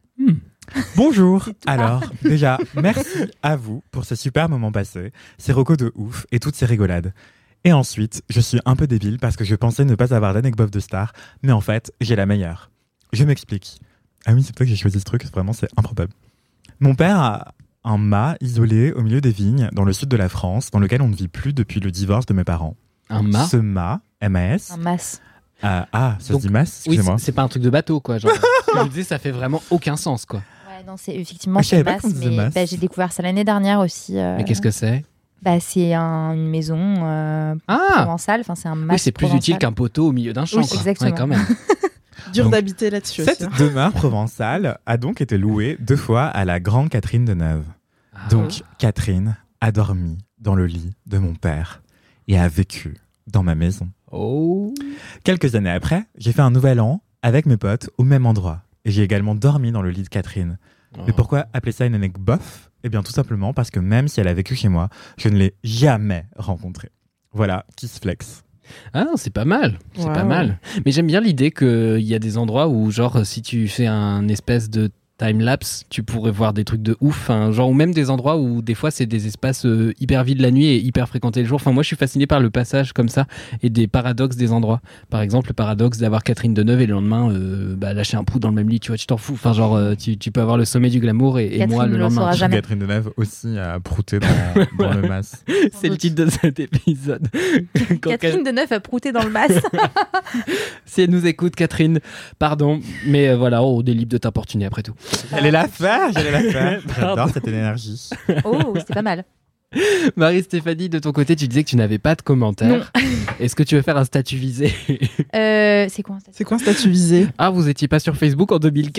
Bonjour. Alors, déjà, merci à vous pour ces super moments passés, ces recos de ouf et toutes ces rigolades. Et ensuite, je suis un peu débile parce que je pensais ne pas avoir d'anecdote de star, mais en fait, j'ai la meilleure. Je m'explique. Ah oui, c'est toi que j'ai choisi ce truc, vraiment, c'est improbable. Mon père a un mât isolé au milieu des vignes dans le sud de la France, dans lequel on ne vit plus depuis le divorce de mes parents. Un mât ? Ce mât, M-A-S. Un mas. Ça se dit mas, excusez-moi. Oui, c'est pas un truc de bateau, quoi. Genre, je me disais, ça fait vraiment aucun sens, quoi. Ouais, non, c'est effectivement Je savais c'est pas qu'on disait mas. j'ai découvert ça l'année dernière aussi. Mais qu'est-ce que c'est ? C'est une maison provençale. Enfin, c'est un mas. Oui, c'est plus utile qu'un poteau au milieu d'un champ. Oui, quoi. exactement. Ouais, quand même. Dur d'habiter là-dessus aussi. Cette demeure provençale a donc été louée 2 fois à la grande Catherine de Neuve. Donc, Catherine a dormi dans le lit de mon père et a vécu dans ma maison. Oh. Quelques années après, j'ai fait un nouvel an avec mes potes au même endroit. Et j'ai également dormi dans le lit de Catherine. Mais pourquoi appeler ça une anecdote bof ? Eh bien, tout simplement parce que même si elle a vécu chez moi, je ne l'ai jamais rencontrée. Voilà, qui se flex. Ah, c'est pas mal. C'est pas mal. Mais j'aime bien l'idée qu'il y a des endroits où, genre, si tu fais un espèce de time-lapse, tu pourrais voir des trucs de ouf. Hein, genre, ou même des endroits où, des fois, c'est des espaces hyper vides la nuit et hyper fréquentés le jour. Enfin, moi, je suis fasciné par le passage comme ça et des paradoxes des endroits. Par exemple, le paradoxe d'avoir Catherine Deneuve et le lendemain, lâcher un pou dans le même lit. Tu vois, tu t'en fous. Enfin, genre, tu peux avoir le sommet du glamour et moi, le lendemain. Catherine Deneuve aussi a prouté dans le mas. C'est le titre de cet épisode. Catherine Deneuve a prouté dans le mas. Si elle nous écoute, Catherine, pardon. Mais voilà, on est libre de t'importuner après tout. J'allais la faire. J'adore cette énergie. Oh, c'était pas mal. Marie-Stéphanie, de ton côté, tu disais que tu n'avais pas de commentaires. Non. Est-ce que tu veux faire un statut visé ? C'est quoi un statut ? C'est quoi un statut visé ? Ah, vous étiez pas sur Facebook en 2004 ?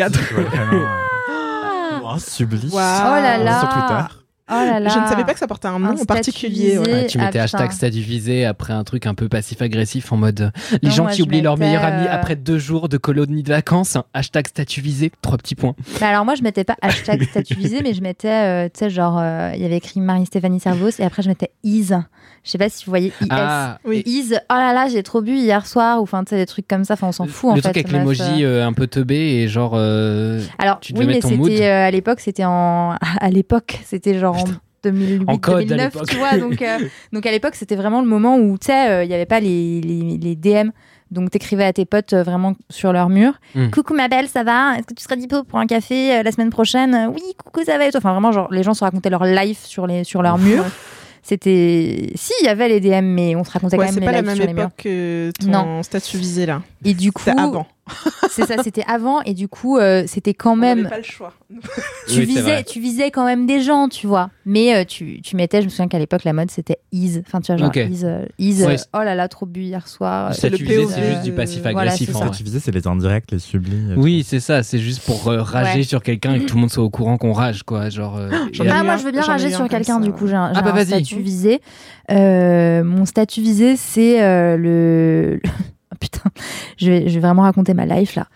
Sublime. Wow. Oh là là. Sur Twitter. Oh là là. Je ne savais pas que ça portait un nom en particulier. Tu mettais hashtag statut visé après un truc un peu passif-agressif en mode les gens qui oublient leur meilleur ami après 2 jours de colonie de vacances, hashtag statut visé, 3 petits points. Alors moi je mettais pas hashtag statut visé, mais je mettais, tu sais, genre il y avait écrit Marie-Stéphanie Servos et après je mettais Is. Je sais pas si vous voyez IS. Ah, oui. Is, oh là là, j'ai trop bu hier soir, ou enfin tu sais, des trucs comme ça, enfin on s'en fout en fait. Le truc avec l'emoji un peu teubé et genre. Alors tu devais oui, mais mettre ton mood. à l'époque, c'était genre en 2008-2009, tu vois. Donc à l'époque, c'était vraiment le moment où, tu sais, il n'y avait pas les DM. Donc t'écrivais à tes potes vraiment sur leur mur. Coucou ma belle, ça va ? Est-ce que tu serais dispo pour un café la semaine prochaine ? Oui, coucou, ça va et toi ? Enfin vraiment, genre les gens se racontaient leur life sur leur mur. C'était... Si, il y avait les DM, mais on se racontait quand même les lives sur les murs. C'est pas la même époque que ton statut visé, là. Et du coup... C'était avant. C'est ça, c'était avant. Et du coup, c'était quand même... On n'avait pas le choix. Tu visais quand même des gens, tu vois. Mais tu mettais... Je me souviens qu'à l'époque, la mode, c'était Is. Enfin, tu vois, genre Is. Ouais. Oh là là, trop bu hier soir. C'est le PO, c'est juste du passif-agressif. Voilà, Tu visais, c'est les indirects, les sublimes. Oui, c'est ça. C'est juste pour rager sur quelqu'un et que tout le monde soit au courant qu'on rage, quoi. Genre. Moi, je veux bien rager sur quelqu'un, du coup. J'ai un statut visé. Mon statut visé, c'est le... Oh, putain, je vais vraiment raconter ma life, là.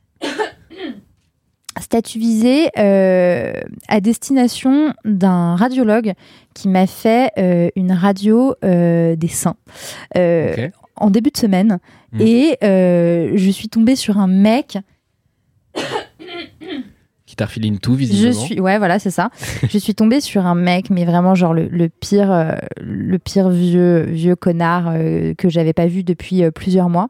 Statut visé à destination d'un radiologue qui m'a fait une radio des seins en début de semaine. Et je suis tombée sur un mec... Qui t'a refilé une toux, visiblement. Ouais, voilà, c'est ça. Je suis tombée sur un mec, mais vraiment genre le pire vieux connard que j'avais pas vu depuis plusieurs mois.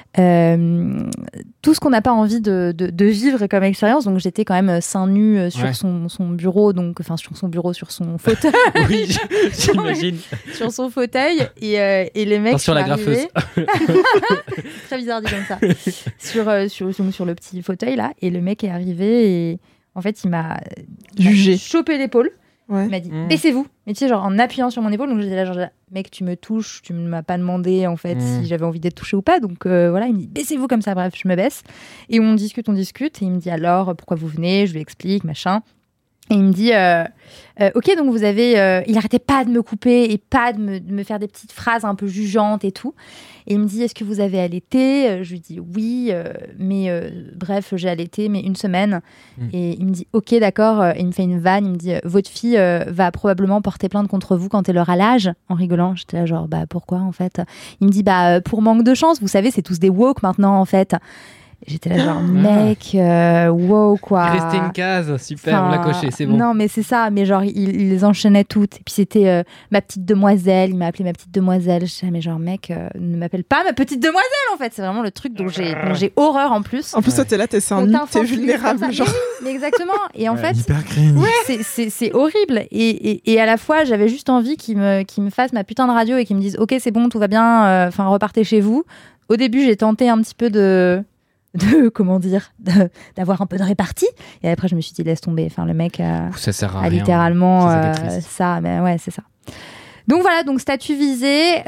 Tout ce qu'on n'a pas envie de vivre comme expérience. Donc j'étais quand même seins nus sur son bureau, donc enfin sur son fauteuil. Oui, j'imagine. Sur son fauteuil et les mecs. Sur la graffeuse. C'est très bizarre dit comme ça. Sur le petit fauteuil là, et le mec est arrivé et en fait il m'a jugé, chopé l'épaule. Ouais. Il m'a dit baissez-vous, mais tu sais, genre en appuyant sur mon épaule. Donc j'étais là, genre mec, tu me touches, tu ne m'as pas demandé en fait si j'avais envie d'être touchée ou pas. Donc voilà, il me dit baissez-vous comme ça. Bref, je me baisse et on discute. Et il me dit alors pourquoi vous venez, je lui explique machin. Et il me dit ok, donc vous avez il arrêtait pas de me couper et pas de me faire des petites phrases un peu jugeantes et tout. Et il me dit est-ce que vous avez allaité ? Je lui dis oui, mais bref, j'ai allaité mais 1 semaine. Et il me dit ok, d'accord. Et il me fait une vanne, il me dit votre fille va probablement porter plainte contre vous quand elle aura l'âge. En rigolant, j'étais là genre bah pourquoi en fait ? Il me dit bah pour manque de chance, vous savez c'est tous des woke maintenant en fait. J'étais là genre mec, wow quoi. Il restait une case, super, on l'a coché, c'est bon. Non mais c'est ça, mais genre il les enchaînait toutes. Et puis c'était ma petite demoiselle, il m'a appelé ma petite demoiselle. Je disais mais genre mec, ne m'appelle pas ma petite demoiselle en fait. C'est vraiment le truc dont j'ai horreur en plus. En plus toi t'es là, t'es vulnérable genre. Mais exactement. Et en fait, hyper cringe. C'est horrible. Et à la fois j'avais juste envie qu'il me fasse ma putain de radio et qu'il me dise ok c'est bon tout va bien, enfin repartez chez vous. Au début j'ai tenté un petit peu d'avoir un peu de répartie, et après je me suis dit laisse tomber, enfin le mec ça sert à a rien, littéralement ça, mais ouais c'est ça. Donc voilà, donc statut visé,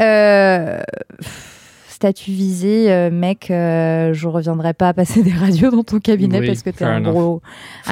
mec, je reviendrai pas passer des radios dans ton cabinet parce que t'es un gros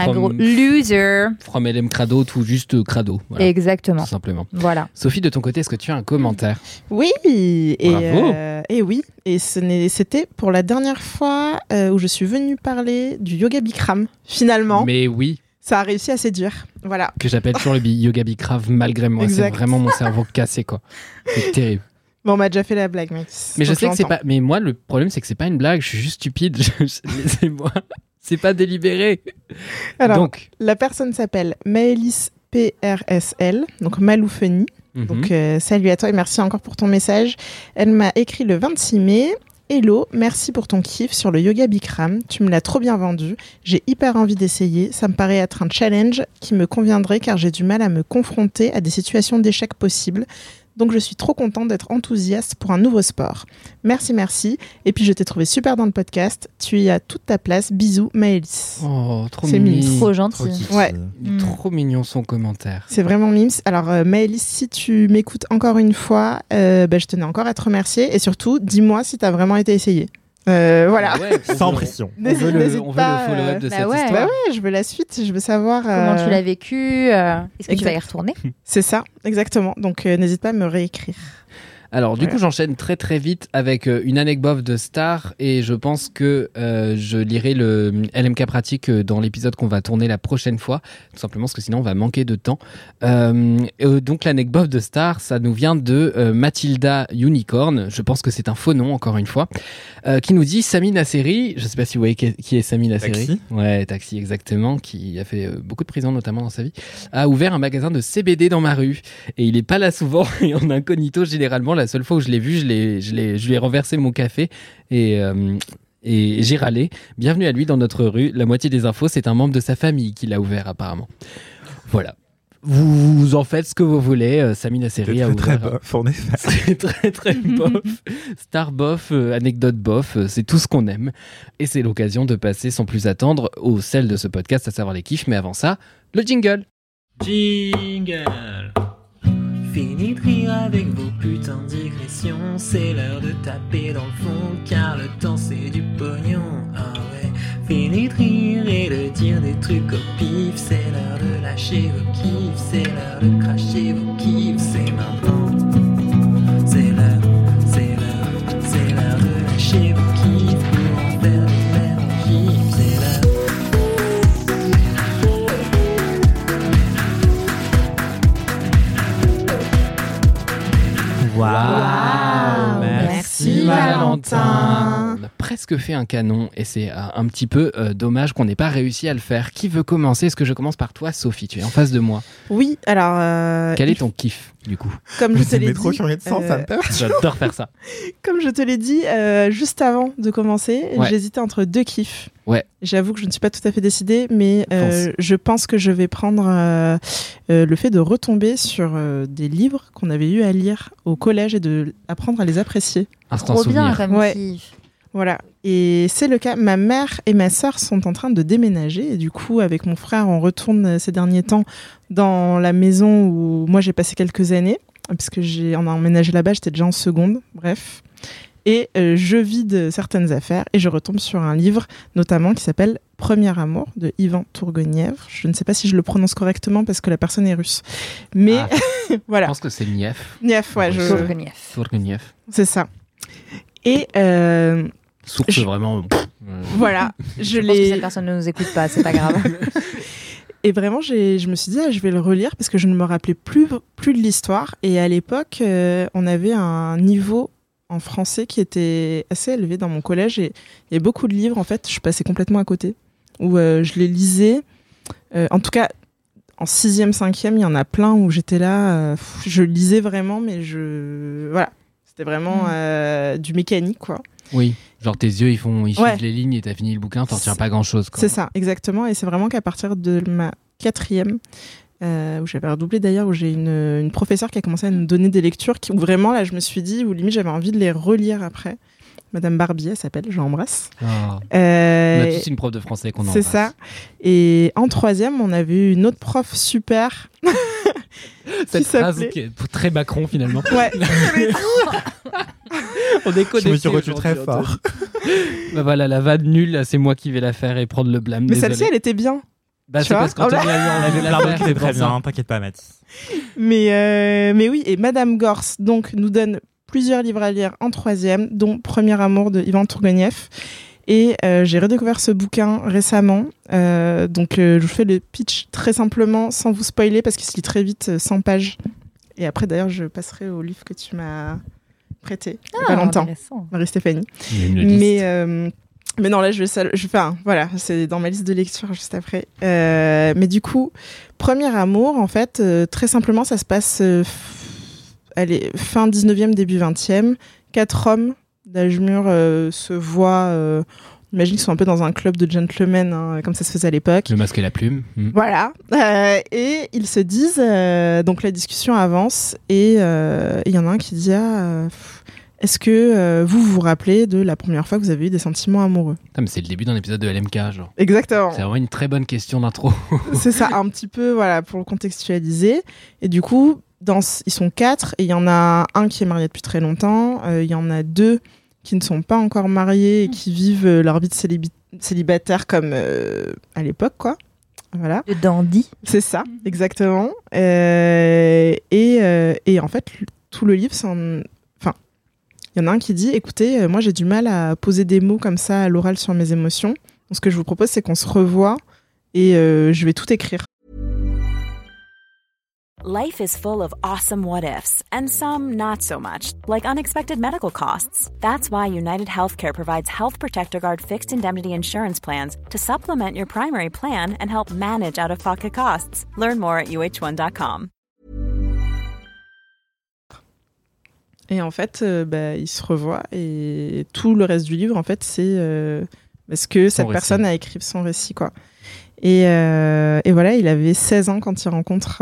loser. From LM Crado, tout juste Crado. Voilà, exactement. Tout simplement. Voilà. Sophie, de ton côté, est-ce que tu as un commentaire ? Oui, Bravo. Et oui, et c'était pour la dernière fois où je suis venue parler du yoga Bikram, finalement. Mais oui. Ça a réussi à séduire, voilà. Que j'appelle toujours le yoga Bikram malgré moi. Exact. C'est vraiment mon cerveau cassé, quoi. C'est terrible. Bon, on m'a déjà fait la blague, mec. Mais je sais que c'est pas. Mais moi, le problème, c'est que c'est pas une blague. Je suis juste stupide. Laissez-moi. C'est pas délibéré. Alors, donc, la personne s'appelle Maëlys PRSL, donc Maloufeni. Donc, salut à toi et merci encore pour ton message. Elle m'a écrit le 26 mai. Hello, merci pour ton kiff sur le yoga Bikram. Tu me l'as trop bien vendu. J'ai hyper envie d'essayer. Ça me paraît être un challenge qui me conviendrait car j'ai du mal à me confronter à des situations d'échec possibles. Donc, je suis trop contente d'être enthousiaste pour un nouveau sport. Merci. Et puis, je t'ai trouvé super dans le podcast. Tu y as toute ta place. Bisous, Maëlys. Oh, trop c'est mignon. Trop gentil. Ouais. Trop mignon son commentaire. C'est vraiment mimes. Alors, Maëlys, si tu m'écoutes encore une fois, je tenais encore à te remercier. Et surtout, dis-moi si tu as vraiment été essayé. Voilà. Ouais, sans pression. On veut le follow-up de cette histoire. Bah ouais, je veux la suite, je veux savoir comment tu l'as vécu, est-ce que tu vas y retourner ? C'est ça, exactement. Donc n'hésite pas à me réécrire. Alors du coup j'enchaîne très très vite avec une anecdote de Star et je pense que je lirai le LMK pratique dans l'épisode qu'on va tourner la prochaine fois, tout simplement parce que sinon on va manquer de temps. Donc l'anecdote de Star, ça nous vient de Mathilda Unicorn, je pense que c'est un faux nom encore une fois, qui nous dit Sami Nasseri, je sais pas si vous voyez qui est Sami Nasseri. Taxi. Ouais, Taxi exactement, qui a fait beaucoup de prison notamment dans sa vie, a ouvert un magasin de CBD dans ma rue et il est pas là souvent et en incognito généralement. La seule fois où je l'ai vu, je lui ai renversé mon café et j'ai râlé. Bienvenue à lui dans notre rue. La moitié des infos, c'est un membre de sa famille qui l'a ouvert apparemment. Voilà. Vous en faites ce que vous voulez. Sami Nasseri a ouvert. Très bof, en effet. C'est très très bof. Star bof, anecdote bof, c'est tout ce qu'on aime. Et c'est l'occasion de passer sans plus attendre au sel de ce podcast, à savoir les kiffs. Mais avant ça, le jingle. Jingle. Fini de rire avec vos putains de digressions. C'est l'heure de taper dans le fond, car le temps c'est du pognon. Ah ouais. Fini de rire et de dire des trucs au pif. C'est l'heure de lâcher vos kiffs. C'est l'heure de cracher vos kiffs. C'est maintenant. C'est l'heure de lâcher vos kiffs pour en faire des merdes en gif. C'est l'heure. Waouh, merci Valentin. On a presque fait un canon et c'est un petit peu dommage qu'on n'ait pas réussi à le faire. Qui veut commencer ? Est-ce que je commence par toi, Sophie ? Tu es en face de moi. Oui, alors... Quel est ton kiff, du coup ? Comme je te l'ai dit... métro sur de sens, ça me peur. J'adore faire ça. Comme je te l'ai dit, juste avant de commencer, j'hésitais entre deux kiffs. Ouais. J'avoue que je ne suis pas tout à fait décidée, mais je pense que je vais prendre le fait de retomber sur des livres qu'on avait eu à lire au collège et de apprendre à les apprécier. Instant Trop souvenir. bien comme kiff. Voilà, et c'est le cas. Ma mère et ma sœur sont en train de déménager et du coup, avec mon frère, on retourne ces derniers temps dans la maison où moi j'ai passé quelques années, parce que on a emménagé là-bas, j'étais déjà en seconde, bref. Et je vide certaines affaires et je retombe sur un livre, notamment qui s'appelle Premier amour de Ivan Tourgueniev. Je ne sais pas si je le prononce correctement parce que la personne est russe. Mais voilà. Je pense que c'est Niev. Niev, ouais. Tourgueniev. C'est ça. Et source vraiment. Voilà. Je pense que cette personne ne nous écoute pas, c'est pas grave. Et vraiment, je me suis dit, je vais le relire parce que je ne me rappelais plus de l'histoire. Et à l'époque, on avait un niveau en français qui était assez élevé dans mon collège. Et il y a beaucoup de livres, en fait, je passais complètement à côté. Où je les lisais. En tout cas, en 6e, 5e, il y en a plein où j'étais là. Je lisais vraiment, mais voilà. C'était vraiment du mécanique, quoi. Oui, genre tes yeux, ils suivent les lignes et t'as fini le bouquin, t'en retiens pas grand-chose, quoi. C'est ça, exactement. Et c'est vraiment qu'à partir de ma 4e, où j'avais redoublé d'ailleurs, où j'ai une professeure qui a commencé à nous donner des lectures où vraiment, là, je me suis dit, où limite, j'avais envie de les relire après. Madame Barbier, elle s'appelle, je l'embrasse. Oh. On a tous une prof de français qu'on embrasse. C'est ça. Et en 3e, on avait eu une autre prof super. Cette phrase qui est très Macron, finalement. Ouais. On est connectés. Je me suis retenu très fort. Bah voilà, la vanne nulle, c'est moi qui vais la faire et prendre le blâme. Mais désolé. celle-ci, elle était bien. Bah, c'est parce qu'Anthony a eu envie de la faire. C'est très bien, t'inquiète pas, Mathis. Mais oui, et Madame Gors, donc, nous donne plusieurs livres à lire en 3e, dont Premier amour de Ivan Tourguenieff. Et j'ai redécouvert ce bouquin récemment. Donc, je vous fais le pitch très simplement, sans vous spoiler, parce qu'il se lit très vite, 100 pages. Et après, d'ailleurs, je passerai au livre que tu m'as prêté il y a pas longtemps, Marie-Stéphanie. Mais non, là, voilà, c'est dans ma liste de lecture juste après. Mais du coup, Premier amour, en fait, très simplement, ça se passe fin 19e, début 20e. 4 hommes d'âge mûr se voient. J'imagine qu'ils sont un peu dans un club de gentlemen, hein, comme ça se faisait à l'époque. Le masque et la plume. Voilà. Et ils se disent, donc la discussion avance, et il y en a un qui dit est-ce que vous vous rappelez de la première fois que vous avez eu des sentiments amoureux ? Mais c'est le début d'un épisode de LMK, genre. Exactement. C'est vraiment une très bonne question d'intro. C'est ça, un petit peu, voilà, pour le contextualiser. Et du coup, ils sont 4, et il y en a un qui est marié depuis très longtemps, il y en a 2 qui ne sont pas encore mariés et qui vivent leur vie de célibataire comme à l'époque, quoi. Voilà. Le dandy. C'est ça, exactement. Et en fait, tout le livre, il y en a un qui dit, écoutez, moi j'ai du mal à poser des mots comme ça à l'oral sur mes émotions. Donc ce que je vous propose, c'est qu'on se revoie et je vais tout écrire. Life is full of awesome what-ifs, and some not so much, like unexpected medical costs. That's why United Healthcare provides Health Protector Guard fixed indemnity insurance plans to supplement your primary plan and help manage out-of-pocket costs. Learn more at uh1.com. Et en fait, ils se revoient, et tout le reste du livre, en fait, c'est parce que cette personne a écrit son récit, quoi. Et voilà, il avait 16 ans quand il rencontre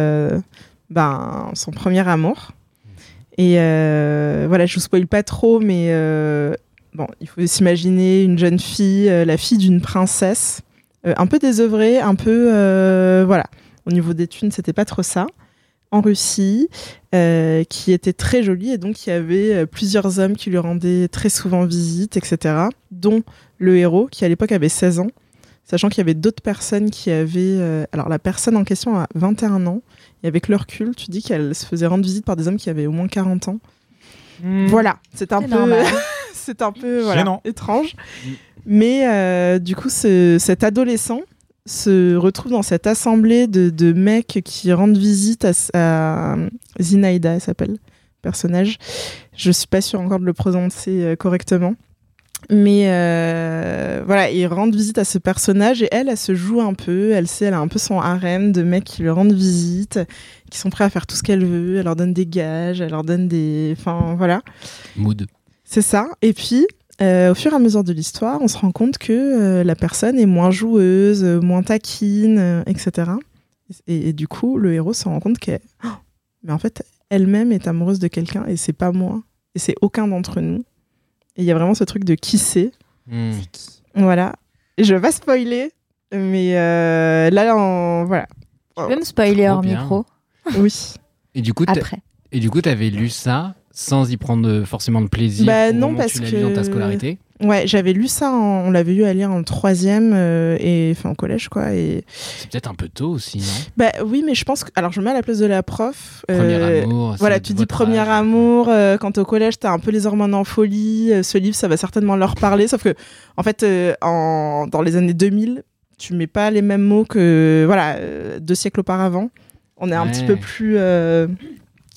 son premier amour. Et voilà, je vous spoile pas trop, mais il faut s'imaginer une jeune fille, la fille d'une princesse, un peu désœuvrée, un peu voilà. Au niveau des thunes, c'était pas trop ça. En Russie, qui était très jolie, et donc il y avait plusieurs hommes qui lui rendaient très souvent visite, etc. Dont le héros, qui à l'époque avait 16 ans. Sachant qu'il y avait d'autres personnes qui avaient... alors, la personne en question a 21 ans. Et avec le recul, tu dis qu'elle se faisait rendre visite par des hommes qui avaient au moins 40 ans. Voilà, c'est un peu voilà, étrange. Mais du coup, cet adolescent se retrouve dans cette assemblée de mecs qui rendent visite à Zinaïda, elle s'appelle, personnage. Je suis pas sûre encore de le prononcer correctement. Mais voilà, ils rendent visite à ce personnage, et elle se joue un peu. Elle a un peu son harem de mecs qui lui rendent visite, qui sont prêts à faire tout ce qu'elle veut. Elle leur donne des gages, elle leur donne des... Enfin, voilà. Mood. C'est ça. Et puis, au fur et à mesure de l'histoire, on se rend compte que la personne est moins joueuse, moins taquine, etc. Et du coup, le héros se rend compte mais en fait, elle-même est amoureuse de quelqu'un, et c'est pas moi. Et c'est aucun d'entre nous. Et il y a vraiment ce truc de qui c'est. C'est qui ? Voilà. Et je vais pas spoiler, mais là, voilà. Tu peux me spoiler hors micro ? Oui. Et du coup, t'avais lu ça sans y prendre forcément de plaisir non, parce que tu l'as lu dans ta scolarité ? Ouais, j'avais lu ça, on l'avait eu à lire en 3e, au collège, quoi. Et... C'est peut-être un peu tôt aussi, non ? Oui, mais je pense que... Alors, je me mets à la place de la prof. Premier amour. Voilà, tu dis premier amour. Quand t'es au collège, t'as un peu les hormones en folie. Ce livre, ça va certainement leur parler. Sauf que, en fait, dans les années 2000, tu mets pas les mêmes mots que 2 siècles auparavant. On est un petit peu plus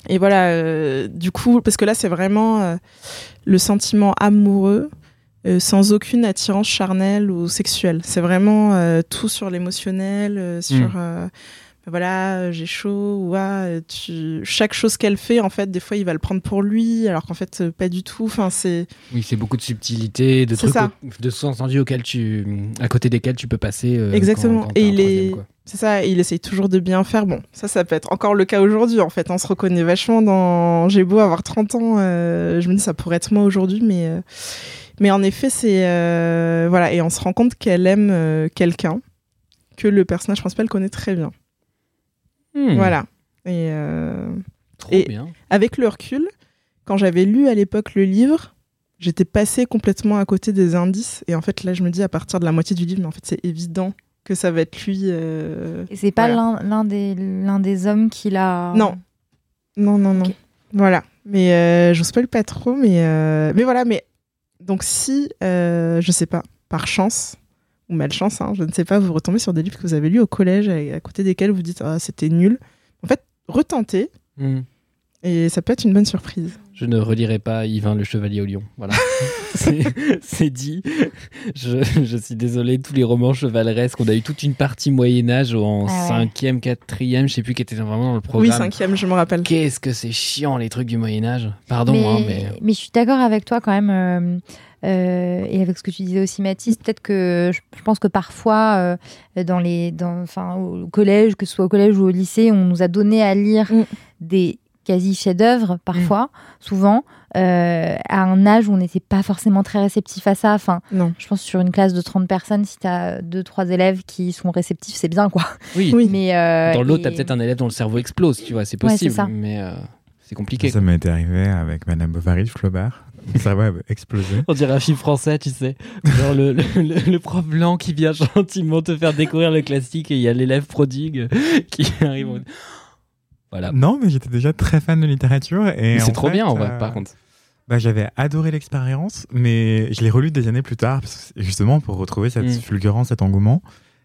Et voilà, du coup, parce que là, c'est vraiment le sentiment amoureux sans aucune attirance charnelle ou sexuelle. C'est vraiment tout sur l'émotionnel, sur... voilà, j'ai chaud, chaque chose qu'elle fait, en fait, des fois, il va le prendre pour lui, alors qu'en fait, pas du tout. Enfin, Oui, c'est beaucoup de subtilité, de trucs, de sous-entendus à côté desquels tu peux passer. Exactement. Quand et c'est ça, il essaye toujours de bien faire. Bon, ça peut être encore le cas aujourd'hui, en fait. On se reconnaît vachement dans... J'ai beau avoir 30 ans, je me dis, ça pourrait être moi aujourd'hui, mais en effet, c'est... voilà, et on se rend compte qu'elle aime quelqu'un que le personnage principal connaît très bien. Voilà. Et bien. Avec le recul, quand j'avais lu à l'époque le livre, j'étais passée complètement à côté des indices. Et en fait, là, je me dis, à partir de la moitié du livre, mais en fait, c'est évident que ça va être lui. Et c'est pas l'un des hommes qui l'a... Non. Okay. Voilà. Mais je spoil pas trop. Mais voilà. Mais donc, si, je sais pas, par chance... ou malchance, je ne sais pas, vous retombez sur des livres que vous avez lus au collège à côté desquels vous dites c'était nul. En fait, retentez et ça peut être une bonne surprise. Je ne relirai pas Yvain le Chevalier au Lion. Voilà, c'est dit. Je suis désolé, tous les romans chevaleresques, on a eu toute une partie Moyen-Âge en 5e, 4e, je sais plus qui était vraiment dans le programme. Oui, 5e, je me rappelle. Qu'est-ce que c'est chiant les trucs du Moyen-Âge. Pardon, mais je suis d'accord avec toi quand même. Et avec ce que tu disais aussi, Mathis, peut-être que je pense que parfois au collège, que ce soit au collège ou au lycée, on nous a donné à lire des quasi chefs-d'œuvre parfois, souvent, à un âge où on n'était pas forcément très réceptif à ça. Enfin, non. Je pense que sur une classe de 30 personnes, si tu as 2-3 élèves qui sont réceptifs, c'est bien, quoi. Oui. Mais, dans l'autre, tu as peut-être un élève dont le cerveau explose, tu vois, c'est possible, c'est mais c'est compliqué. Ça m'est arrivé avec Madame Bovary de Flaubert. Ça va exploser. On dirait un film français, tu sais. Genre le prof blanc qui vient gentiment te faire découvrir le classique et il y a l'élève prodigue qui arrive. Voilà. Non, mais j'étais déjà très fan de littérature. Et c'est trop bien, en vrai, par contre. J'avais adoré l'expérience, mais je l'ai relu des années plus tard, justement pour retrouver cette fulgurance, cet engouement.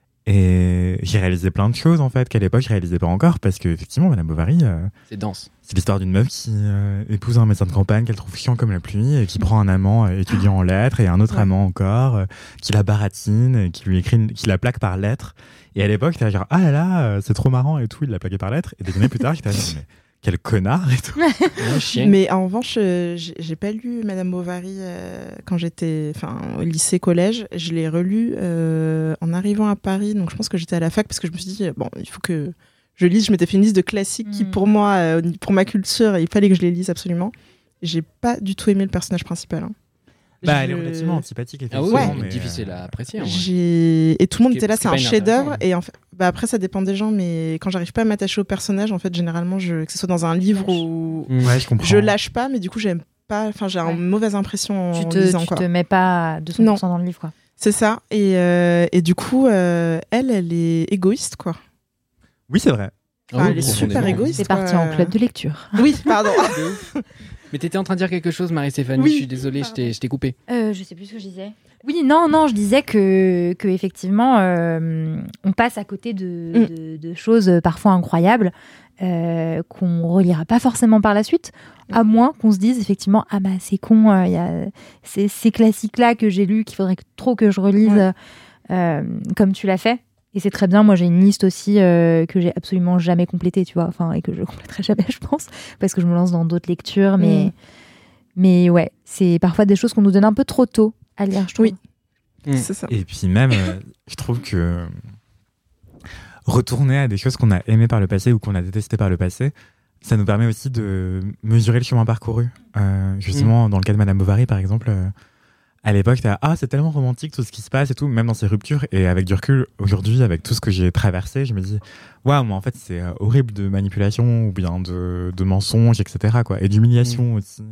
Et j'ai réalisé plein de choses, en fait, qu'à l'époque, je réalisais pas encore, parce qu'effectivement, Madame Bovary... c'est dense. C'est l'histoire d'une meuf qui épouse un médecin de campagne qu'elle trouve chiant comme la pluie, et qui prend un amant étudiant en lettres, et un autre amant encore, qui la baratine, et qui lui écrit, qui la plaque par lettres. Et à l'époque, t'es genre, ah là là, c'est trop marrant et tout, il l'a plaqué par lettres. Et des années plus tard, j'étais genre, mais quel connard et tout. Mais en revanche, j'ai pas lu Madame Bovary quand j'étais au lycée, collège. Je l'ai relu en arrivant à Paris. Donc je pense que j'étais à la fac parce que je me suis dit, bon, il faut que je lise. Je m'étais fait une liste de classiques qui, pour moi, pour ma culture, il fallait que je les lise absolument. J'ai pas du tout aimé le personnage principal. Elle est relativement antipathique. Mais difficile à apprécier. Et tout le monde était là, c'est un chef-d'œuvre. Et en fait, après, ça dépend des gens, mais quand j'arrive pas à m'attacher au personnage, en fait, généralement, que ce soit dans un livre ou je lâche pas, mais du coup, j'aime pas. Enfin, j'ai une mauvaise impression en lisant. Tu te mets pas 200% dans le livre, quoi. C'est ça. Et du coup, elle est égoïste, quoi. Oui, c'est vrai. Elle est super égoïste. C'est parti en club de lecture. Oui, pardon. Mais t'étais en train de dire quelque chose, Marie-Stéphanie, je suis désolée, je t'ai coupé. Je sais plus ce que je disais. Oui, non, je disais que effectivement, on passe à côté de choses parfois incroyables qu'on relira pas forcément par la suite, à moins qu'on se dise effectivement, ah bah c'est con, il y a ces classiques-là que j'ai lus qu'il faudrait trop que je relise comme tu l'as fait. Et c'est très bien. Moi, j'ai une liste aussi que j'ai absolument jamais complétée, tu vois. Enfin, et que je compléterai jamais, je pense, parce que je me lance dans d'autres lectures. Mais ouais, c'est parfois des choses qu'on nous donne un peu trop tôt à lire, je trouve. Oui, c'est ça. Et puis même, je trouve que retourner à des choses qu'on a aimées par le passé ou qu'on a détestées par le passé, ça nous permet aussi de mesurer le chemin parcouru. Justement, dans le cas de Madame Bovary, par exemple... à l'époque, c'est tellement romantique tout ce qui se passe et tout, même dans ces ruptures. Et avec du recul, aujourd'hui, avec tout ce que j'ai traversé, je me dis, waouh, moi en fait, c'est horrible de manipulation ou bien de mensonges, etc. quoi. Et d'humiliation aussi.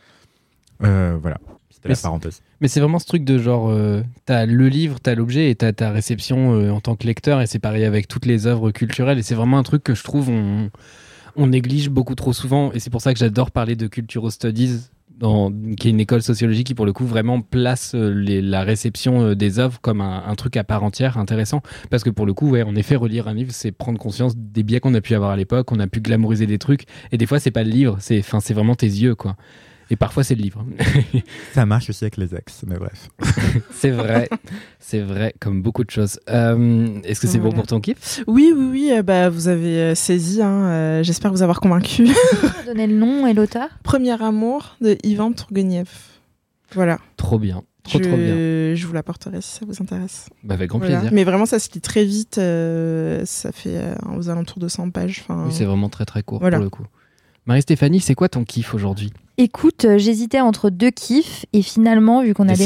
Voilà, c'était la parenthèse. Mais c'est vraiment ce truc de genre, t'as le livre, t'as l'objet et t'as ta réception en tant que lecteur. Et c'est pareil avec toutes les œuvres culturelles. Et c'est vraiment un truc que je trouve on néglige beaucoup trop souvent. Et c'est pour ça que j'adore parler de cultural studies. qui est une école sociologique qui pour le coup vraiment place la réception des œuvres comme un truc à part entière intéressant, parce que pour le coup en effet relire un livre c'est prendre conscience des biais qu'on a pu avoir à l'époque, on a pu glamouriser des trucs et des fois c'est pas le livre, c'est vraiment tes yeux quoi. Et parfois, c'est le livre. Ça marche aussi avec les ex, mais bref. C'est vrai, comme beaucoup de choses. Est-ce que c'est bon pour ton kiff ? Oui. Vous avez saisi. J'espère vous avoir convaincu. Donner le nom et l'auteur. Premier amour de Ivan Tourgueniev. Voilà. Trop bien. Trop bien. Je vous l'apporterai si ça vous intéresse. Avec grand plaisir. Mais vraiment, ça se lit très vite. Ça fait aux alentours de 100 pages. Oui, c'est vraiment très très court pour le coup. Marie-Stéphanie, c'est quoi ton kiff aujourd'hui ? Écoute, j'hésitais entre 2 kiffs et finalement, vu qu'on a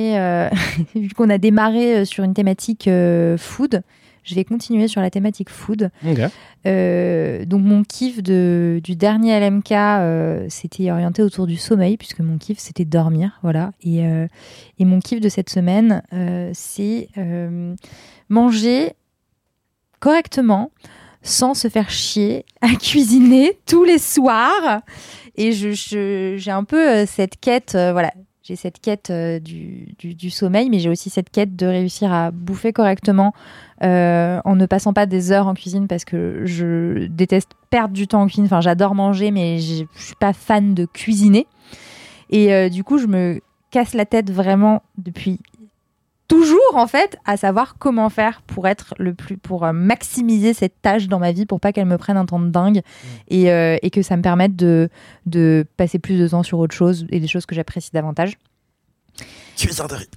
démarré sur une thématique food, je vais continuer sur la thématique food. Okay. Donc mon kiff du dernier LMK, c'était orienté autour du sommeil, puisque mon kiff c'était dormir, voilà. Et mon kiff de cette semaine, c'est manger correctement, sans se faire chier à cuisiner tous les soirs. Et j'ai un peu cette quête, j'ai cette quête du sommeil, mais j'ai aussi cette quête de réussir à bouffer correctement en ne passant pas des heures en cuisine, parce que je déteste perdre du temps en cuisine. Enfin, j'adore manger, mais je suis pas fan de cuisiner. Et du coup, je me casse la tête vraiment depuis toujours en fait à savoir comment faire pour pour maximiser cette tâche dans ma vie, pour pas qu'elle me prenne un temps de dingue et que ça me permette de passer plus de temps sur autre chose et des choses que j'apprécie davantage. Cuiseur de riz.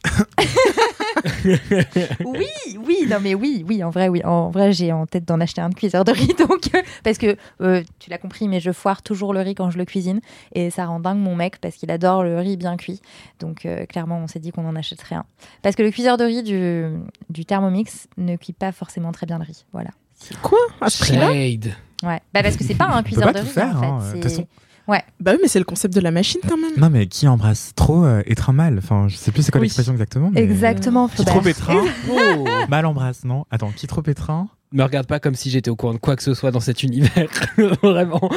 Oui, en vrai, j'ai en tête d'en acheter un de cuiseur de riz, donc parce que tu l'as compris, mais je foire toujours le riz quand je le cuisine et ça rend dingue mon mec parce qu'il adore le riz bien cuit. Donc clairement, on s'est dit qu'on en achèterait un parce que le cuiseur de riz du Thermomix ne cuit pas forcément très bien le riz. Voilà. Quoi à ce prix-là ? Ouais, parce que c'est pas un cuiseur de riz en fait. De toute façon. Ouais. Bah oui, mais c'est le concept de la machine quand même. Non, mais qui embrasse trop étreint mal. Enfin, je sais plus c'est quoi l'expression exactement. Mais... Exactement. Qui trop étreint. Mal embrasse, non ? Attends, qui trop étreint ? Me regarde pas comme si j'étais au courant de quoi que ce soit dans cet univers. Vraiment.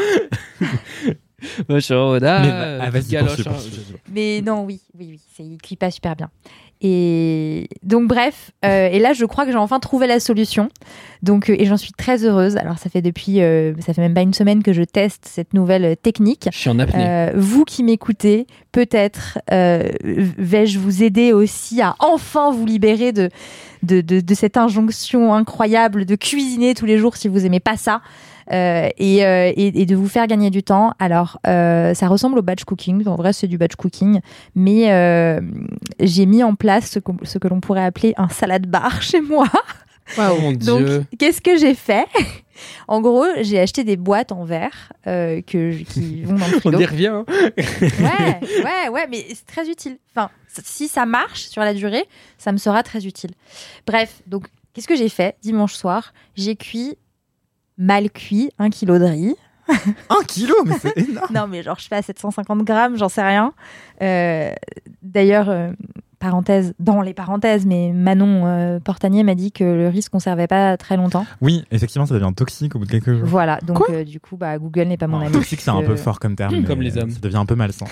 Mais non, oui, il cuit pas super bien. Et donc bref, et là je crois que j'ai enfin trouvé la solution. Donc et j'en suis très heureuse. Alors ça fait même pas une semaine que je teste cette nouvelle technique. Je suis en apnée. Vous qui m'écoutez, peut-être vais-je vous aider aussi à enfin vous libérer de cette injonction incroyable de cuisiner tous les jours si vous aimez pas ça. Et de vous faire gagner du temps. Alors, ça ressemble au batch cooking. En vrai, c'est du batch cooking. Mais j'ai mis en place ce que l'on pourrait appeler un salad bar chez moi. Wow, mon Dieu. Donc, qu'est-ce que j'ai fait ? En gros, j'ai acheté des boîtes en verre qui vont dans le frigo. On y revient. Ouais, mais c'est très utile. Enfin, si ça marche sur la durée, ça me sera très utile. Bref, donc, qu'est-ce que j'ai fait ? Dimanche soir, j'ai mal cuit 1 kilo de riz. 1 kilo, mais c'est énorme. Non, mais genre, je fais à 750 grammes, j'en sais rien. D'ailleurs, parenthèse, dans les parenthèses, mais Manon Portanier m'a dit que le riz se conservait pas très longtemps. Oui, effectivement, ça devient toxique au bout de quelques jours. Voilà, donc du coup, Google n'est pas mon ami. Toxique, c'est un peu fort comme terme. Comme les hommes. Ça devient un peu malsain.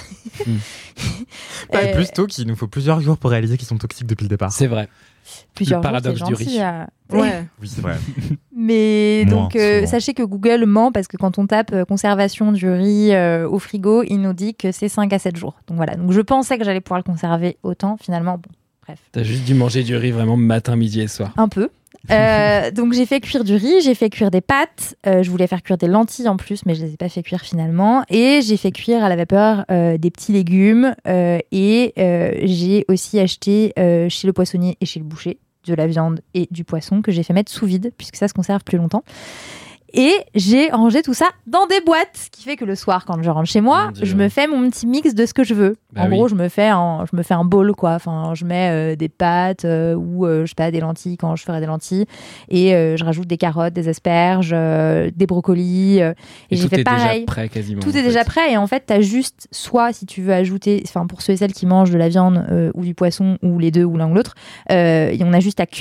Plutôt qu'il nous faut plusieurs jours pour réaliser qu'ils sont toxiques depuis le départ. C'est vrai. Plusieurs le paradoxe jours, du riz. Ouais. Oui, c'est vrai. Mais donc, sachez que Google ment parce que quand on tape conservation du riz au frigo, il nous dit que c'est 5 à 7 jours. Donc voilà. Donc je pensais que j'allais pouvoir le conserver autant. Finalement, bon, bref. T'as juste dû manger du riz vraiment matin, midi et soir. Un peu. Donc j'ai fait cuire du riz, j'ai fait cuire des pâtes, je voulais faire cuire des lentilles en plus, mais je les ai pas fait cuire finalement, et j'ai fait cuire à la vapeur des petits légumes, et j'ai aussi acheté chez le poissonnier et chez le boucher de la viande et du poisson que j'ai fait mettre sous vide puisque ça se conserve plus longtemps. Et j'ai rangé tout ça dans des boîtes, ce qui fait que le soir, quand je rentre chez moi, je me fais mon petit mix de ce que je veux. Gros, je me fais un bowl, quoi. Enfin, je mets des pâtes ou je sais pas, des lentilles quand je ferai des lentilles, et je rajoute des carottes, des asperges, des brocolis. Et j'ai fait pareil. Déjà prêt, quasiment. Tout est déjà prêt, et en fait, t'as juste, soit si tu veux ajouter, enfin pour ceux et celles qui mangent de la viande ou du poisson ou les deux ou l'un ou l'autre, on a juste à cuire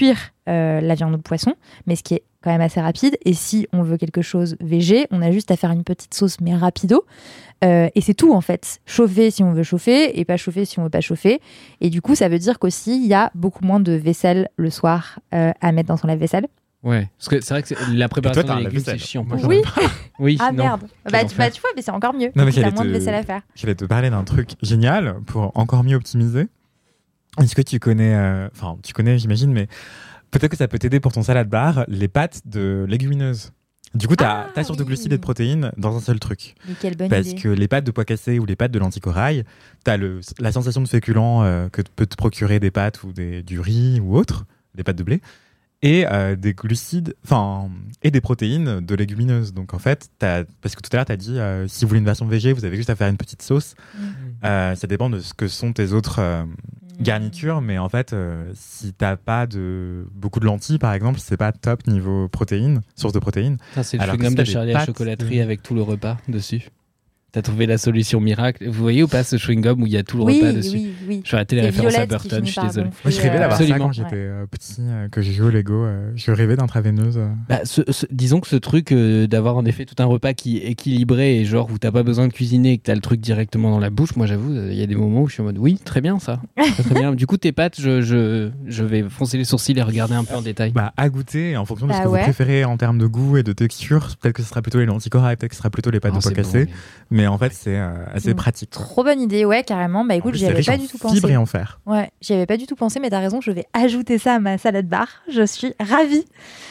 la viande ou le poisson, mais ce qui est quand même assez rapide. Et si on veut quelque chose végé, on a juste à faire une petite sauce, mais rapido. Et c'est tout, en fait. Chauffer si on veut chauffer et pas chauffer si on veut pas chauffer. Et du coup, ça veut dire qu'aussi, il y a beaucoup moins de vaisselle le soir à mettre dans son lave-vaisselle. Ouais, parce que c'est vrai que la préparation des légumes, c'est chiant. Oui. Oui. Ah non. merde. Bah, tu vois, mais c'est encore mieux. Non, mais t'as moins de vaisselle à faire. Je vais te parler d'un truc génial pour encore mieux optimiser. Est-ce que tu connais, tu connais, j'imagine, mais peut-être que ça peut t'aider pour ton salade bar, les pâtes de légumineuses. Du coup, t'as surtout glucides et de protéines dans un seul truc. Mais quelle bonne Parce idée. que les pâtes de pois cassés ou les pâtes de lentilles corail, t'as la sensation de féculent que peut te procurer des pâtes ou du riz ou autre, des pâtes de blé, et des glucides, et des protéines de légumineuses. Donc en fait, parce que tout à l'heure, t'as dit, si vous voulez une version végé, vous avez juste à faire une petite sauce. Ça dépend de ce que sont tes autres garnitures, mais en fait, si t'as pas beaucoup de lentilles, par exemple, c'est pas top niveau protéines, source de protéines. Ça, c'est le chewing-gum de Charlie à la chocolaterie avec tout le repas dessus. T'as trouvé la solution miracle. Vous voyez ou pas ce chewing-gum où il y a tout le repas dessus? Oui. Je vais arrêter les références à Burton, je suis désolé. Moi, je rêvais d'avoir ça quand j'étais petit, que j'ai joué au Lego. Je rêvais d'intraveineuse. Disons que ce truc d'avoir en effet tout un repas qui est équilibré et genre où t'as pas besoin de cuisiner et que t'as le truc directement dans la bouche, moi j'avoue, il y a des moments où je suis en mode oui, très bien ça. Très bien. Du coup, tes pâtes, je vais froncer les sourcils et regarder un peu en détail. À goûter, en fonction de ce que vous préférez en termes de goût et de texture, peut-être que ce sera plutôt les lentilles corail, peut-être que ce sera plutôt les pâtes de pois cassés. Mais en fait, c'est assez pratique. Trop bonne idée, ouais, carrément. Bah écoute, j'y avais pas du tout pensé. Fibres et en fer. Ouais, j'y avais pas du tout pensé, mais t'as raison, je vais ajouter ça à ma salade bar. Je suis ravie.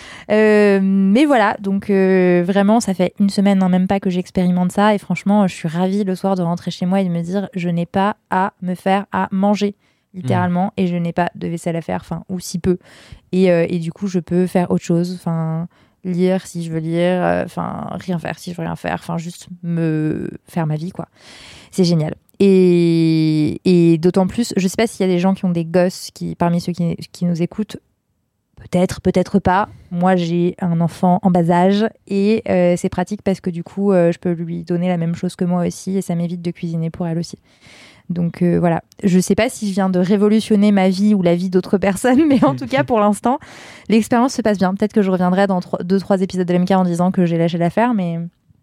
Mais voilà, donc vraiment, ça fait une semaine, même pas que j'expérimente ça. Et franchement, je suis ravie le soir de rentrer chez moi et de me dire, je n'ai pas à me faire à manger, littéralement, et je n'ai pas de vaisselle à faire, ou si peu. Et du coup, je peux faire autre chose, lire si je veux lire, rien faire si je veux rien faire, juste me faire ma vie, quoi. C'est génial. Et d'autant plus, je sais pas s'il y a des gens qui ont des gosses parmi ceux qui nous écoutent, peut-être pas. Moi, j'ai un enfant en bas âge et c'est pratique parce que du coup, je peux lui donner la même chose que moi aussi et ça m'évite de cuisiner pour elle aussi. Donc voilà, je sais pas si je viens de révolutionner ma vie ou la vie d'autres personnes, mais en tout cas pour l'instant l'expérience se passe bien. Peut-être que je reviendrai dans 2-3 épisodes de l'MK en disant que j'ai lâché l'affaire, mais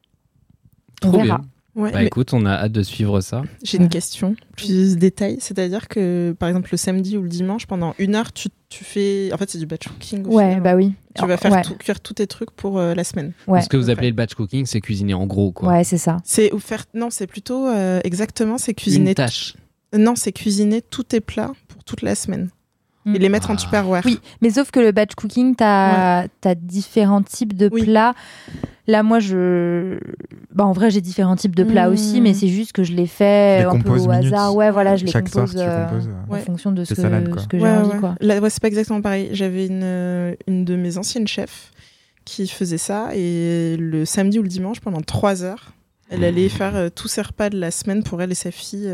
on verra. Bien. Ouais, écoute, on a hâte de suivre ça. J'ai une question plus détail, c'est-à-dire que par exemple le samedi ou le dimanche pendant 1 heure tu fais, en fait c'est du batch cooking. Oui. Tu vas faire cuire tous tes trucs pour la semaine. Ouais. Ce que vous appelez le batch cooking, c'est cuisiner en gros, quoi. Ouais, c'est ça. C'est plutôt exactement, c'est cuisiner. Une tâche. Non, c'est cuisiner tous tes plats pour toute la semaine. Et les mettre en Tupperware. Oui, mais sauf que le batch cooking, t'as différents types de plats. Là, moi, en vrai, j'ai différents types de plats aussi, mais c'est juste que je les fais un peu au hasard. Ouais, voilà, je les compose en fonction de ce que j'ai envie, quoi. Là, c'est pas exactement pareil. J'avais une de mes anciennes chefs qui faisait ça, et le samedi ou le dimanche, pendant 3 heures, elle allait faire tous ses repas de la semaine pour elle et sa fille.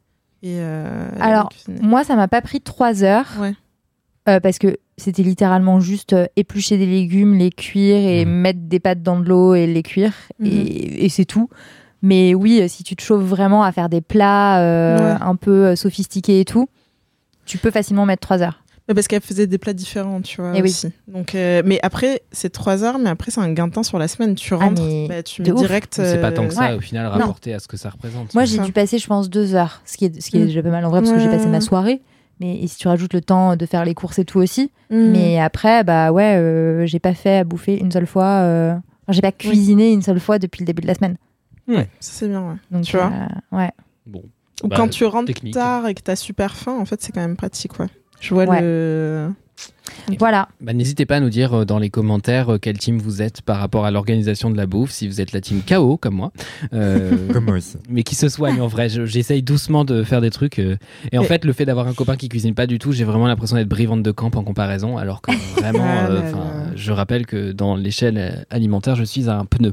Alors, moi, ça m'a pas pris 3 heures. Ouais. Parce que c'était littéralement juste éplucher des légumes, les cuire et mettre des pâtes dans de l'eau et les cuire. Et c'est tout. Mais oui, si tu te chauffes vraiment à faire des plats un peu sophistiqués et tout, tu peux facilement mettre 3 heures. Parce qu'elle faisait des plats différents, tu vois, aussi. Donc, mais après, c'est 3 heures, mais après, c'est un gain de temps sur la semaine. Tu rentres, tu mets direct... C'est pas tant que ça, au final, rapporté à ce que ça représente. Moi, j'ai dû passer, je pense, 2 heures, ce qui est déjà pas mal en vrai, parce que j'ai passé ma soirée. Et si tu rajoutes le temps de faire les courses et tout aussi. Mais après, j'ai pas fait à bouffer une seule fois. J'ai pas cuisiné une seule fois depuis le début de la semaine. Ouais, ça c'est bien, ouais. Donc, tu vois. Ouais. Bon. Ou quand tu rentres tard et que t'as super faim, en fait, c'est quand même pratique, ouais. Je vois le... Voilà. N'hésitez pas à nous dire dans les commentaires quel team vous êtes par rapport à l'organisation de la bouffe, si vous êtes la team KO comme moi. Comme moi aussi. Mais qui se soigne en vrai. J'essaye doucement de faire des trucs. Et en fait, le fait d'avoir un copain qui cuisine pas du tout, j'ai vraiment l'impression d'être Brie Van de Camp en comparaison, alors que vraiment, je rappelle que dans l'échelle alimentaire, je suis un pneu.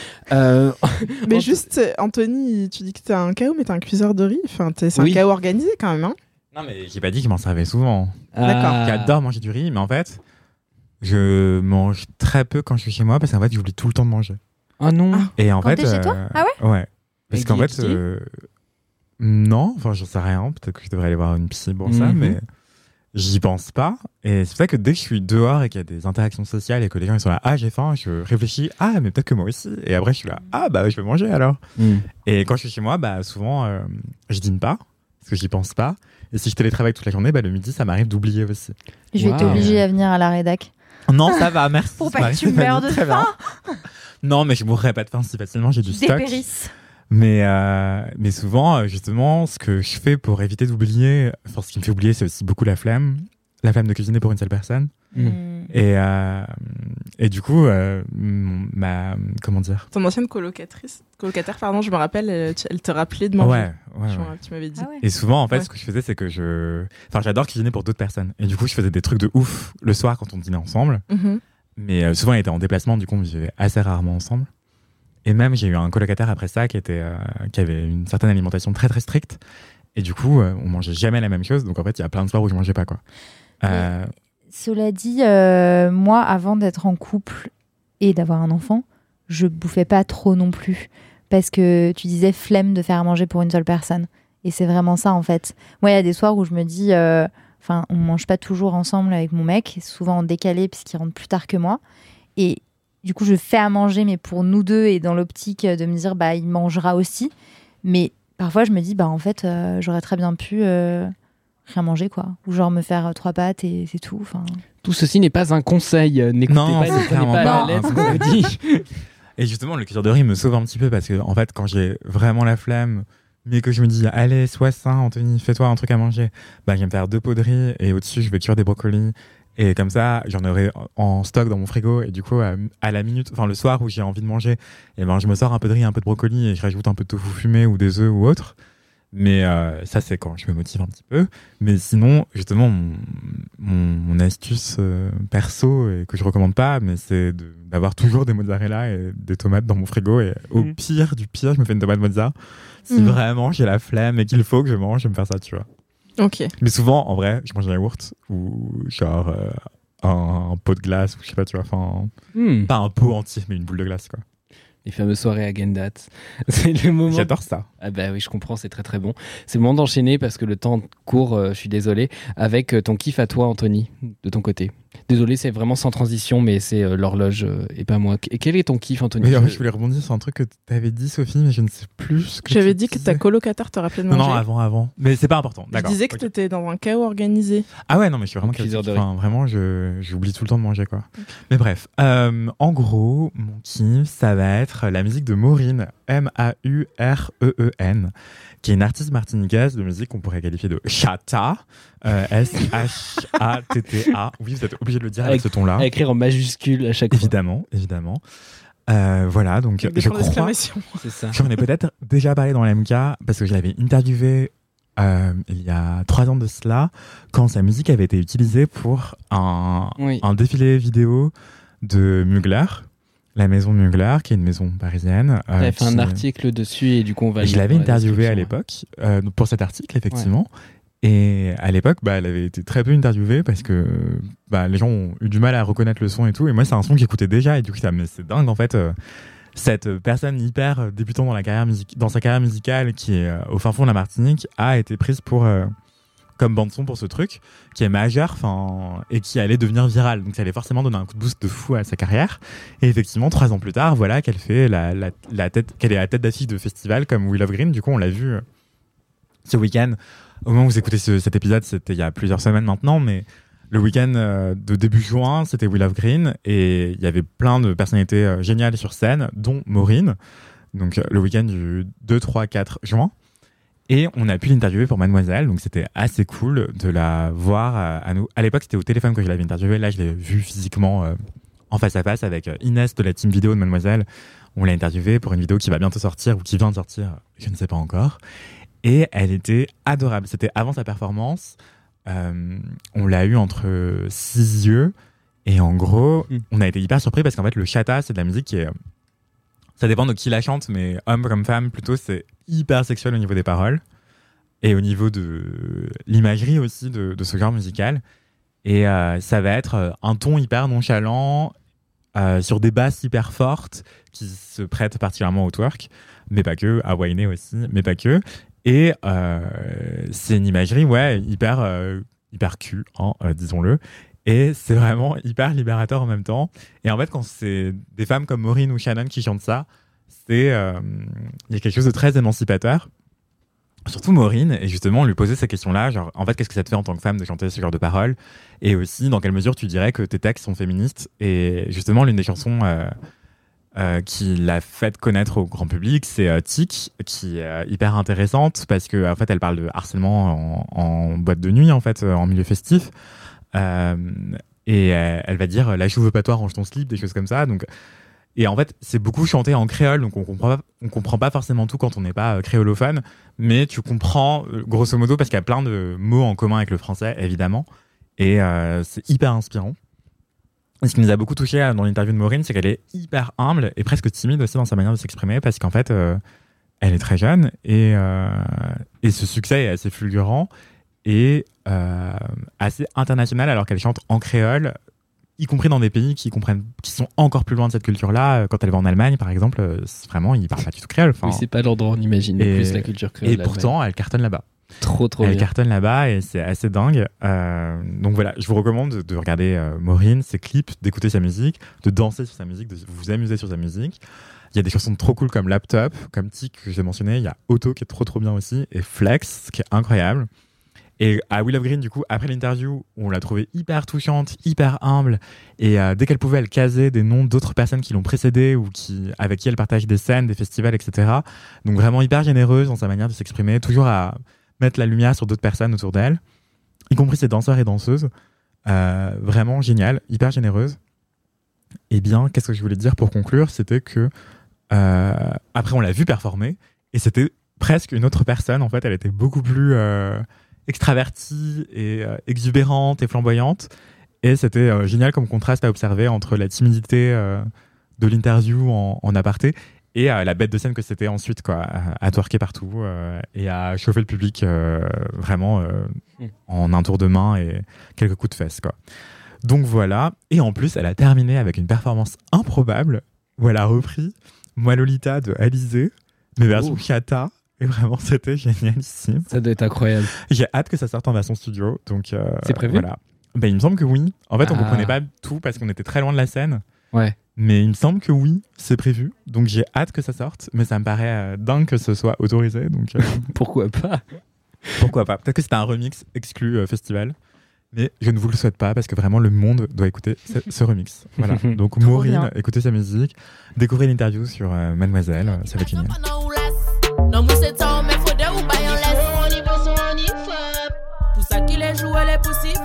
Mais juste, Anthony, tu dis que t'es un KO, mais t'es un cuiseur de riz. Enfin, c'est un KO organisé quand même, hein. Non, mais j'ai pas dit qu'il m'en servait souvent. D'accord. J'adore manger du riz, mais en fait, je mange très peu quand je suis chez moi parce qu'en fait, j'oublie tout le temps de manger. Oh non. Et en quand fait, t'es chez toi ? Ah ouais ? Ouais. Parce qu'en fait, non, enfin, j'en sais rien. Peut-être que je devrais aller voir une psy pour ça, mais j'y pense pas. Et c'est pour ça que dès que je suis dehors et qu'il y a des interactions sociales et que les gens ils sont là, j'ai faim, je réfléchis, mais peut-être que moi aussi. Et après, je suis là, je vais manger alors. Et quand je suis chez moi, souvent, je dîne pas, parce que j'y pense pas. Et si je télétravaille toute la journée, le midi, ça m'arrive d'oublier aussi. Je vais t'obliger à venir à la rédac. Non, ça va, merci. Pour pas que tu meurs de faim. Non, mais je mourrais pas de faim si facilement, j'ai du stock. Dépérisse. Mais souvent, justement, ce que je fais pour éviter d'oublier, ce qui me fait oublier, c'est aussi beaucoup la flemme de cuisiner pour une seule personne. Et du coup, comment dire, ton ancienne colocataire, pardon, je me rappelle, elle te rappelait de manger. Ouais. Tu m'avais dit. Ouais. Et souvent, en fait, ce que je faisais, c'est que j'adore cuisiner pour d'autres personnes. Et du coup, je faisais des trucs de ouf le soir quand on dînait ensemble. Mais souvent, elle était en déplacement, du coup, on vivait assez rarement ensemble. Et même, j'ai eu un colocataire après ça qui avait une certaine alimentation très très stricte. Et du coup, on mangeait jamais la même chose. Donc en fait, il y a plein de soirs où je mangeais pas, quoi. Cela dit, moi, avant d'être en couple et d'avoir un enfant, je bouffais pas trop non plus. Parce que tu disais flemme de faire à manger pour une seule personne. Et c'est vraiment ça, en fait. Moi, il y a des soirs où je me dis... on mange pas toujours ensemble avec mon mec, souvent en décalé puisqu'il rentre plus tard que moi. Et du coup, je fais à manger, mais pour nous deux, et dans l'optique de me dire, il mangera aussi. Mais parfois, je me dis, en fait, j'aurais très bien pu rien manger, quoi. Ou genre me faire 3 pâtes et c'est tout. Tout ceci n'est pas un conseil. N'écoutez pas la lettre qu'on vous dit. Et justement, le cuiseur de riz me sauve un petit peu parce que, en fait, quand j'ai vraiment la flemme, mais que je me dis, allez, sois sain, Anthony, fais-toi un truc à manger, je vais me faire 2 pots de riz et au-dessus, je vais cuire des brocolis. Et comme ça, j'en aurai en stock dans mon frigo. Et du coup, à la minute, le soir où j'ai envie de manger, je me sors un peu de riz, un peu de brocoli et je rajoute un peu de tofu fumé ou des œufs ou autre. Mais ça, c'est quand je me motive un petit peu. Mais sinon, justement, mon astuce perso, et que je recommande pas, mais c'est d'avoir toujours des mozzarella et des tomates dans mon frigo. Et au pire du pire, je me fais une tomate mozza. Si vraiment j'ai la flemme et qu'il faut que je mange, je vais me faire ça, tu vois. Ok. Mais souvent, en vrai, je mange un yaourt ou genre un pot de glace, ou je sais pas, tu vois. Pas un pot entier, mais une boule de glace, quoi. Les fameuses soirées à Gendat. C'est le moment. J'adore ça. Ah oui, je comprends, c'est très très bon. C'est le moment d'enchaîner parce que le temps court, je suis désolé, avec ton kiff à toi, Anthony, de ton côté. Désolé, c'est vraiment sans transition, mais c'est l'horloge et pas moi. Et quel est ton kiff, Anthony? Je voulais rebondir sur un truc que tu avais dit, Sophie, mais je ne sais plus ce que j'avais dit que ta colocataire te rappelait de manger. Non, avant. Mais c'est pas important. D'accord. Je disais que tu étais dans un chaos organisé. Ah ouais, non, mais je suis vraiment vraiment, j'oublie tout le temps de manger, quoi. Okay. Mais bref, en gros, mon kiff, ça va être la musique de Maureen, Maureen, qui est une artiste martiniquaise de musique qu'on pourrait qualifier de chata, Shatta. Oui, vous êtes obligé de le dire avec ce ton-là. À écrire en majuscule à chaque fois. Évidemment. Voilà, donc je crois. C'est ça. J'en ai peut-être déjà parlé dans l'MK parce que je l'avais interviewé il y a 3 ans de cela, quand sa musique avait été utilisée pour un défilé vidéo de Mugler. La maison Mugler, qui est une maison parisienne. Tu avais fait un article dessus et du coup on va... Je l'avais interviewée à l'époque pour cet article, effectivement. Ouais. Et à l'époque, elle avait été très peu interviewée parce que les gens ont eu du mal à reconnaître le son et tout. Et moi, c'est un son que j'écoutais déjà. Et du coup, c'est dingue, en fait. Cette personne hyper débutant dans sa carrière musicale, qui est au fin fond de la Martinique, a été prise comme bande-son pour ce truc, qui est majeur, et qui allait devenir viral. Donc ça allait forcément donner un coup de boost de fou à sa carrière. Et effectivement, 3 ans plus tard, voilà qu'elle fait qu'elle est à la tête d'affiche de festivals comme We Love Green. Du coup, on l'a vu ce week-end. Au moment où vous écoutez cet épisode, c'était il y a plusieurs semaines maintenant, mais le week-end de début juin, c'était We Love Green, et il y avait plein de personnalités géniales sur scène, dont Maureen. Donc le week-end du 2, 3, 4 juin. Et on a pu l'interviewer pour Mademoiselle, donc c'était assez cool de la voir à nous. À l'époque, c'était au téléphone que je l'avais interviewée. Là, je l'ai vue physiquement en face à face avec Inès de la team vidéo de Mademoiselle. On l'a interviewée pour une vidéo qui va bientôt sortir ou qui vient de sortir, je ne sais pas encore. Et elle était adorable. C'était avant sa performance. On l'a eu entre 6 yeux. Et en gros, on a été hyper surpris parce qu'en fait, le chata, c'est de la musique qui est... Ça dépend de qui la chante, mais homme comme femme, plutôt, c'est hyper sexuel au niveau des paroles et au niveau de l'imagerie aussi de ce genre musical. Et ça va être un ton hyper nonchalant sur des basses hyper fortes qui se prêtent particulièrement au twerk, mais pas que, à whiner aussi, mais pas que. Et c'est une imagerie hyper hyper cul, disons-le. Et c'est vraiment hyper libérateur en même temps. Et en fait, quand c'est des femmes comme Maureen ou Shannon qui chantent ça, il y a quelque chose de très émancipateur. Surtout Maureen, et justement, on lui posait ces questions-là, genre, en fait, qu'est-ce que ça te fait en tant que femme de chanter ce genre de paroles? Et aussi, dans quelle mesure tu dirais que tes textes sont féministes? Et justement, l'une des chansons qui l'a fait connaître au grand public, c'est Tic, qui est hyper intéressante, parce que en fait, elle parle de harcèlement en boîte de nuit, en fait, en milieu festif. Et elle va dire, là, je veux pas toi, range ton slip, des choses comme ça. Donc, et en fait, c'est beaucoup chanté en créole, donc on comprend pas forcément tout quand on n'est pas créolophone, mais tu comprends grosso modo parce qu'il y a plein de mots en commun avec le français, évidemment, et c'est hyper inspirant. Et ce qui nous a beaucoup touché dans l'interview de Maureen, c'est qu'elle est hyper humble et presque timide aussi dans sa manière de s'exprimer, parce qu'en fait, elle est très jeune et ce succès est assez fulgurant et assez international, alors qu'elle chante en créole, y compris dans des pays qui sont encore plus loin de cette culture-là. Quand elle va en Allemagne, par exemple, vraiment, ils parlent pas du tout créole. Oui, c'est pas l'endroit où on imagine le plus la culture créole. Et pourtant, elle cartonne là-bas. Trop elle bien. Cartonne là-bas et c'est assez dingue. Donc voilà, je vous recommande de regarder Maureen, ses clips, d'écouter sa musique, de danser sur sa musique, de vous amuser sur sa musique. Il y a des chansons trop cool comme Laptop, comme Tic que j'ai mentionné. Il y a Auto qui est trop bien aussi et Flex qui est incroyable. Et à We Love Green, du coup, après l'interview, on l'a trouvée hyper touchante, hyper humble. Et dès qu'elle pouvait, elle casait des noms d'autres personnes qui l'ont précédée ou avec qui elle partage des scènes, des festivals, etc. Donc vraiment hyper généreuse dans sa manière de s'exprimer, toujours à mettre la lumière sur d'autres personnes autour d'elle, y compris ses danseurs et danseuses. Vraiment génial, hyper généreuse. Et bien, qu'est-ce que je voulais dire pour conclure? C'était que après, on l'a vu performer et c'était presque une autre personne. En fait, elle était beaucoup plus extravertie et exubérante et flamboyante. Et c'était génial comme contraste à observer entre la timidité de l'interview en aparté et la bête de scène que c'était ensuite, quoi, à twerker partout et à chauffer le public vraiment en un tour de main et quelques coups de fesses, quoi. Donc voilà. Et en plus, elle a terminé avec une performance improbable où elle a repris Moi Lolita de Alizée, mais version chata. Et vraiment, c'était génialissime. Ça doit être incroyable. J'ai hâte que ça sorte en version studio. Donc, c'est prévu? Voilà. Ben, il me semble que oui. En fait, on comprenait pas tout parce qu'on était très loin de la scène. Ouais. Mais il me semble que oui, c'est prévu. Donc, j'ai hâte que ça sorte. Mais ça me paraît dingue que ce soit autorisé. Donc, pourquoi pas? Pourquoi pas? Peut-être que c'était un remix exclu festival. Mais je ne vous le souhaite pas parce que vraiment, le monde doit écouter ce remix. Voilà. Donc, Maureen, écoutez sa musique. Découvrez l'interview sur Mademoiselle. Ça va être génial. Non, moi c'est temps, mais faut de ou bail en laisse. On y va, on y va. Pour ça qu'il est joué, les poussifs.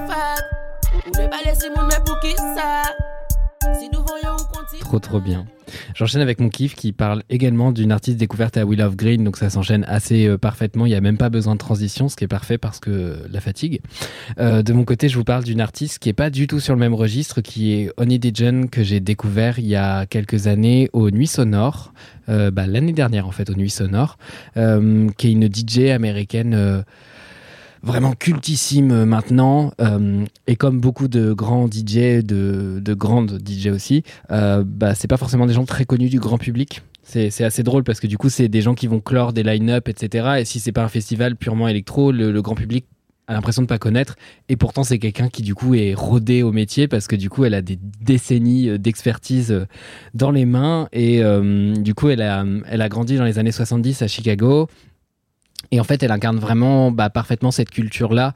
Ou le balai, c'est mon, mais pour qui ça? Si nous voyons, on continue. Trop bien. J'enchaîne avec mon kiff qui parle également d'une artiste découverte à We Love Green, donc ça s'enchaîne assez parfaitement, il n'y a même pas besoin de transition, ce qui est parfait parce que la fatigue. De mon côté, je vous parle d'une artiste qui n'est pas du tout sur le même registre, qui est Honey Dijon, que j'ai découvert il y a quelques années aux Nuits Sonores, l'année dernière en fait, aux Nuits Sonores, qui est une DJ américaine vraiment cultissime maintenant, et comme beaucoup de grands DJ, de grandes DJ aussi, c'est pas forcément des gens très connus du grand public. C'est assez drôle parce que du coup c'est des gens qui vont clore des line-up, etc. Et si c'est pas un festival purement électro, le grand public a l'impression de pas connaître, et pourtant c'est quelqu'un qui du coup est rodé au métier parce que du coup elle a des décennies d'expertise dans les mains, et du coup elle a grandi dans les années 70 à Chicago. Et en fait, elle incarne vraiment parfaitement cette culture-là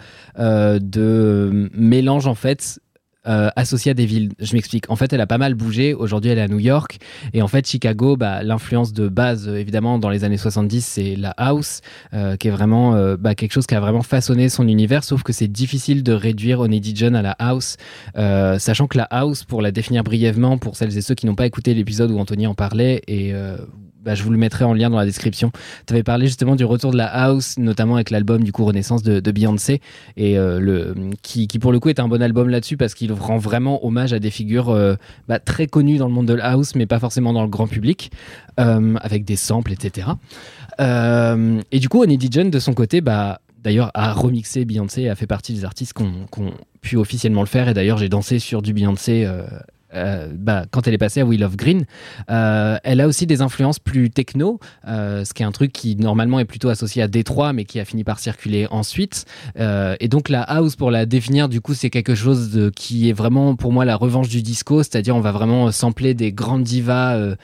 de mélange, en fait, associé à des villes. Je m'explique. En fait, elle a pas mal bougé. Aujourd'hui, elle est à New York. Et en fait, Chicago, l'influence de base, évidemment, dans les années 70, c'est la house, qui est vraiment quelque chose qui a vraiment façonné son univers, sauf que c'est difficile de réduire Honey Dijon à la house, sachant que la house, pour la définir brièvement, pour celles et ceux qui n'ont pas écouté l'épisode où Anthony en parlait, et je vous le mettrai en lien dans la description. Tu avais parlé justement du retour de la house, notamment avec l'album du coup Renaissance de Beyoncé, et qui pour le coup est un bon album là-dessus parce qu'il rend vraiment hommage à des figures très connues dans le monde de la house, mais pas forcément dans le grand public, avec des samples, etc. Et du coup, Honey Dijon de son côté, d'ailleurs a remixé Beyoncé et a fait partie des artistes qui ont pu officiellement le faire. Et d'ailleurs, j'ai dansé sur du Beyoncé quand elle est passée à We Love Green, elle a aussi des influences plus techno, ce qui est un truc qui normalement est plutôt associé à Détroit, mais qui a fini par circuler ensuite. Et donc la house, pour la définir, du coup, c'est quelque chose qui est vraiment pour moi la revanche du disco, c'est-à-dire on va vraiment sampler des grandes divas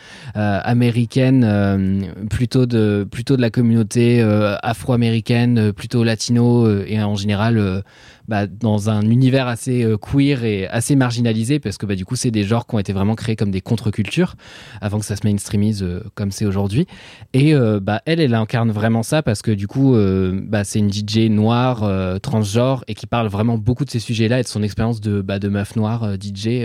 américaines, plutôt de la communauté afro-américaine, plutôt latino, et en général dans un univers assez queer et assez marginalisé, parce que du coup c'est des genres qui ont été vraiment créés comme des contre-cultures avant que ça se mainstreamise comme c'est aujourd'hui. Et elle incarne vraiment ça, parce que du coup c'est une DJ noire, transgenre, et qui parle vraiment beaucoup de ces sujets-là et de son expérience de meuf noire DJ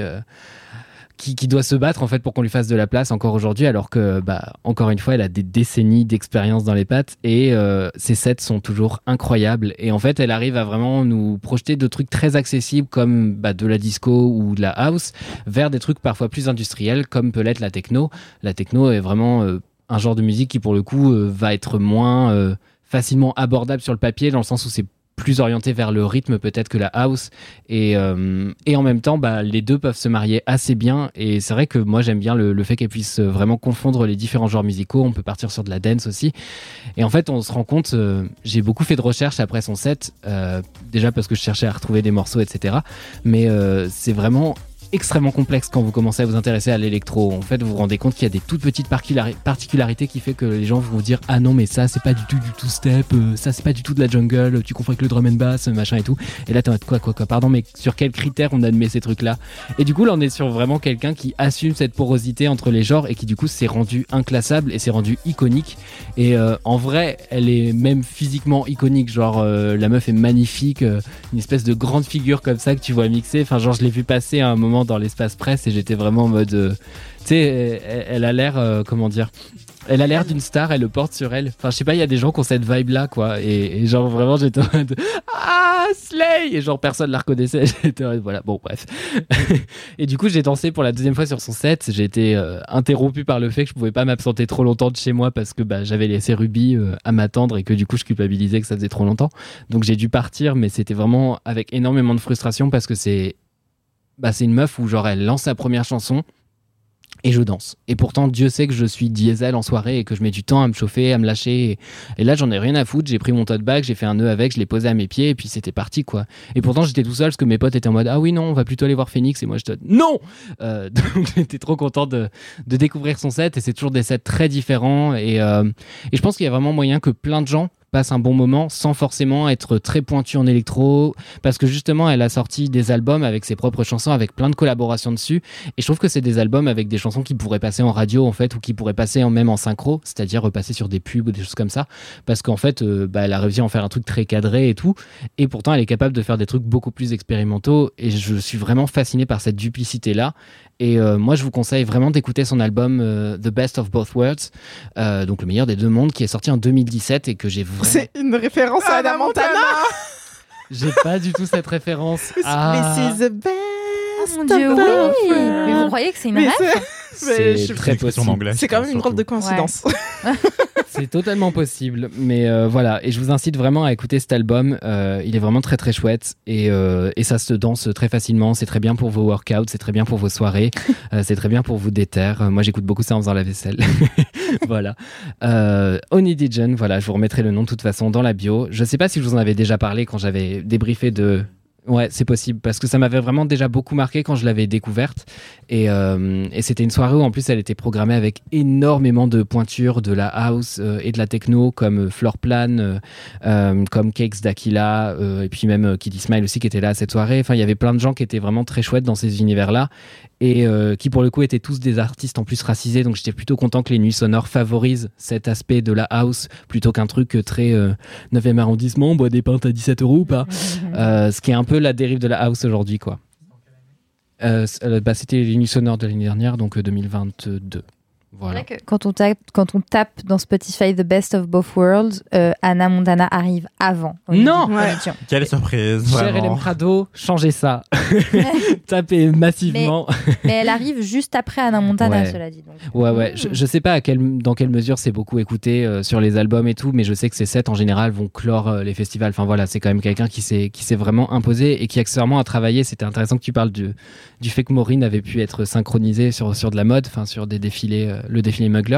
qui doit se battre en fait pour qu'on lui fasse de la place encore aujourd'hui, alors que encore une fois elle a des décennies d'expérience dans les pattes, et ses sets sont toujours incroyables, et en fait elle arrive à vraiment nous projeter de trucs très accessibles comme de la disco ou de la house vers des trucs parfois plus industriels comme peut l'être la techno. La techno est vraiment un genre de musique qui pour le coup va être moins facilement abordable sur le papier, dans le sens où c'est plus orienté vers le rythme peut-être que la house, et en même temps les deux peuvent se marier assez bien, et c'est vrai que moi j'aime bien le fait qu'elle puisse vraiment confondre les différents genres musicaux. On peut partir sur de la dance aussi, et en fait on se rend compte, j'ai beaucoup fait de recherches après son set, déjà parce que je cherchais à retrouver des morceaux etc, mais c'est vraiment extrêmement complexe quand vous commencez à vous intéresser à l'électro. En fait, vous vous rendez compte qu'il y a des toutes petites particularités qui fait que les gens vont vous dire ah non mais ça c'est pas du tout step, ça c'est pas du tout de la jungle, tu confonds avec le drum and bass machin et tout. Et là t'es en mode quoi pardon, mais sur quels critères on admet ces trucs là? Et du coup là on est sur vraiment quelqu'un qui assume cette porosité entre les genres et qui du coup s'est rendu inclassable et s'est rendu iconique. Et en vrai elle est même physiquement iconique, genre la meuf est magnifique, une espèce de grande figure comme ça que tu vois mixer. Enfin genre je l'ai vu passer à un moment dans l'espace presse et j'étais vraiment en mode tu sais, elle a l'air comment dire, elle a l'air d'une star, elle le porte sur elle. Enfin je sais pas, il y a des gens qui ont cette vibe là quoi, et genre vraiment j'étais en mode ah Slay, et genre personne la reconnaissait. J'étais voilà, bon bref. Et du coup j'ai dansé pour la deuxième fois sur son set. J'ai été interrompu par le fait que je pouvais pas m'absenter trop longtemps de chez moi parce que j'avais laissé Ruby à m'attendre, et que du coup je culpabilisais que ça faisait trop longtemps, donc j'ai dû partir. Mais c'était vraiment avec énormément de frustration, parce que c'est une meuf où genre elle lance sa première chanson et je danse. Et pourtant, Dieu sait que je suis diesel en soirée et que je mets du temps à me chauffer, à me lâcher. Et là, j'en ai rien à foutre. J'ai pris mon tote bag, j'ai fait un nœud avec, je l'ai posé à mes pieds et puis c'était parti, quoi. Et pourtant, j'étais tout seul parce que mes potes étaient en mode ah oui, non, on va plutôt aller voir Phoenix. Et moi, je non. Donc, j'étais trop content de découvrir son set, et c'est toujours des sets très différents. Et je pense qu'il y a vraiment moyen que plein de gens passe un bon moment sans forcément être très pointu en électro, parce que justement elle a sorti des albums avec ses propres chansons, avec plein de collaborations dessus, et je trouve que c'est des albums avec des chansons qui pourraient passer en radio en fait, ou qui pourraient passer même en synchro, c'est-à-dire repasser sur des pubs ou des choses comme ça, parce qu'en fait elle a réussi à en faire un truc très cadré et tout, et pourtant elle est capable de faire des trucs beaucoup plus expérimentaux, et je suis vraiment fasciné par cette duplicité là. Et moi je vous conseille vraiment d'écouter son album The Best of Both Worlds, donc le meilleur des deux mondes, qui est sorti en 2017 et que j'ai vraiment... C'est une référence à Hannah Montana. J'ai pas du tout cette référence. Mais c'est the best. Oh mon Dieu, oui. Mais vous croyez que c'est une ref? C'est très possible. C'est quand même une drôle de coïncidence. Ouais. C'est totalement possible, mais voilà. Et je vous incite vraiment à écouter cet album. Il est vraiment très très chouette, et ça se danse très facilement. C'est très bien pour vos workouts, c'est très bien pour vos soirées, c'est très bien pour vous déter. Moi, j'écoute beaucoup ça en faisant la vaisselle. Voilà. Onidigen, voilà. Je vous remettrai le nom de toute façon dans la bio. Je sais pas si je vous en avais déjà parlé quand j'avais débriefé de... Ouais, c'est possible, parce que ça m'avait vraiment déjà beaucoup marqué quand je l'avais découverte, et c'était une soirée où en plus elle était programmée avec énormément de pointures de la house et de la techno, comme Floorplan, comme Cakes d'Aquila, et puis même Kitty Smile aussi qui était là à cette soirée. Enfin, il y avait plein de gens qui étaient vraiment très chouettes dans ces univers-là, et qui pour le coup étaient tous des artistes en plus racisés, donc j'étais plutôt content que les nuits sonores favorisent cet aspect de la house plutôt qu'un truc très 9e arrondissement, on boit des pintes à 17 € ou pas, ce qui est un peu la dérive de la house aujourd'hui, quoi. C'était les nuits sonores de l'année dernière, donc 2022. Voilà. C'est vrai que quand on tape dans Spotify The Best of Both Worlds, Hannah Montana arrive avant. Non, quelle surprise. Cher LM Crado, changez ça. Tapez massivement. Mais elle arrive juste après Hannah Montana, cela dit. Donc. Ouais. Je sais pas dans quelle mesure c'est beaucoup écouté sur les albums et tout, mais je sais que ces sets en général vont clore les festivals. Enfin voilà, c'est quand même quelqu'un qui s'est vraiment imposé et qui accessoirement a travaillé. C'était intéressant que tu parles du fait que Maureen avait pu être synchronisée sur de la mode, enfin sur des défilés, le défilé Mugler,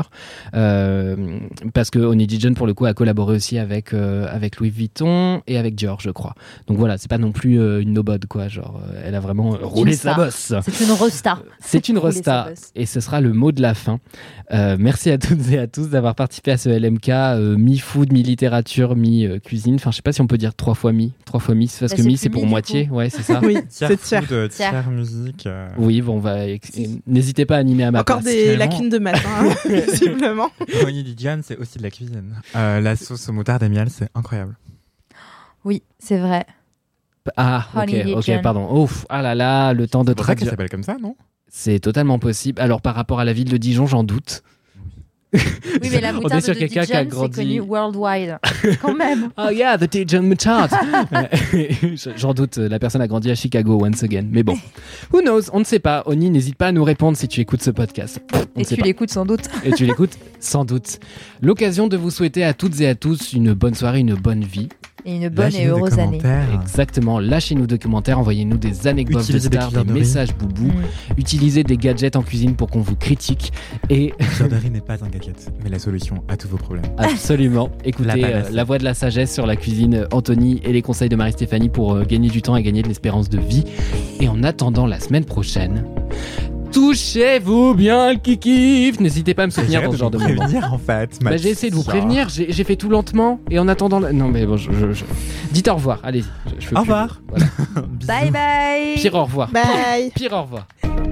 parce que Oney Dijon pour le coup a collaboré aussi avec Louis Vuitton et avec Dior, je crois. Donc voilà, c'est pas non plus une nobody quoi, genre elle a vraiment roulé sa bosse. C'est une rosta. C'est une rosta et ce sera le mot de la fin. Merci à toutes et à tous d'avoir participé à ce LMK mi-food, mi-littérature, mi-cuisine. Enfin, je sais pas si on peut dire 3 fois mi, c'est parce que mi c'est pour moitié, ouais, c'est ça. Oui, c'est tiers musique. Oui, bon, n'hésitez pas à animer à ma place. Encore des lacunes de maths, visiblement. Oney Dijon, c'est aussi de la cuisine. La sauce aux moutarde et miel, c'est incroyable. Oui, c'est vrai. Ah, ok, pardon. Ouf, ah là là, le temps de traduire. C'est pour ça qu'elle s'appelle comme ça, non ? C'est totalement possible. Alors, par rapport à la ville de Dijon, j'en doute. Oui, mais la moutarde de Dijon, c'est connu worldwide, quand même. Oh yeah, the Dijon moutarde. J'en doute, la personne a grandi à Chicago, once again. Mais bon, who knows, on ne sait pas. Oni, n'hésite pas à nous répondre si tu écoutes ce podcast. Et tu l'écoutes sans doute. Et tu l'écoutes sans doute. L'occasion de vous souhaiter à toutes et à tous une bonne soirée, une bonne vie. Et une bonne et heureuse année. Exactement. Lâchez-nous des commentaires, envoyez-nous des anecdotes de stars, des messages boubou. Utilisez des gadgets en cuisine pour qu'on vous critique. Et Cuisine n'est pas un gadget, mais la solution à tous vos problèmes. Absolument. Écoutez la voix de la sagesse sur la cuisine, Anthony, et les conseils de Marie-Stéphanie pour gagner du temps et gagner de l'espérance de vie. Et en attendant la semaine prochaine, touchez-vous bien le kiki. N'hésitez pas à me soutenir dans ce genre de moment. En fait, j'ai essayé de vous prévenir, j'ai fait tout lentement et en attendant non mais bon, dites au revoir, allez-y. Au revoir. Voilà. Bye bye. Pire au revoir. Bye. Pire au revoir.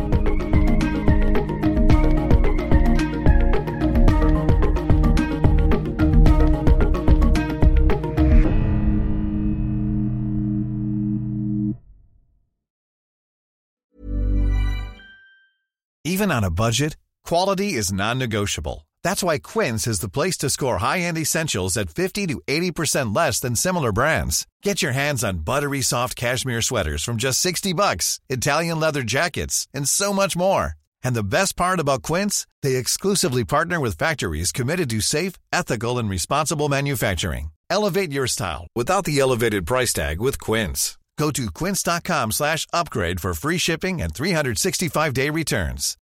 Even on a budget, quality is non-negotiable. That's why Quince is the place to score high-end essentials at 50 to 80% less than similar brands. Get your hands on buttery soft cashmere sweaters from just $60, Italian leather jackets, and so much more. And the best part about Quince, they exclusively partner with factories committed to safe, ethical, and responsible manufacturing. Elevate your style without the elevated price tag with Quince. Go to quince.com/upgrade for free shipping and 365-day returns.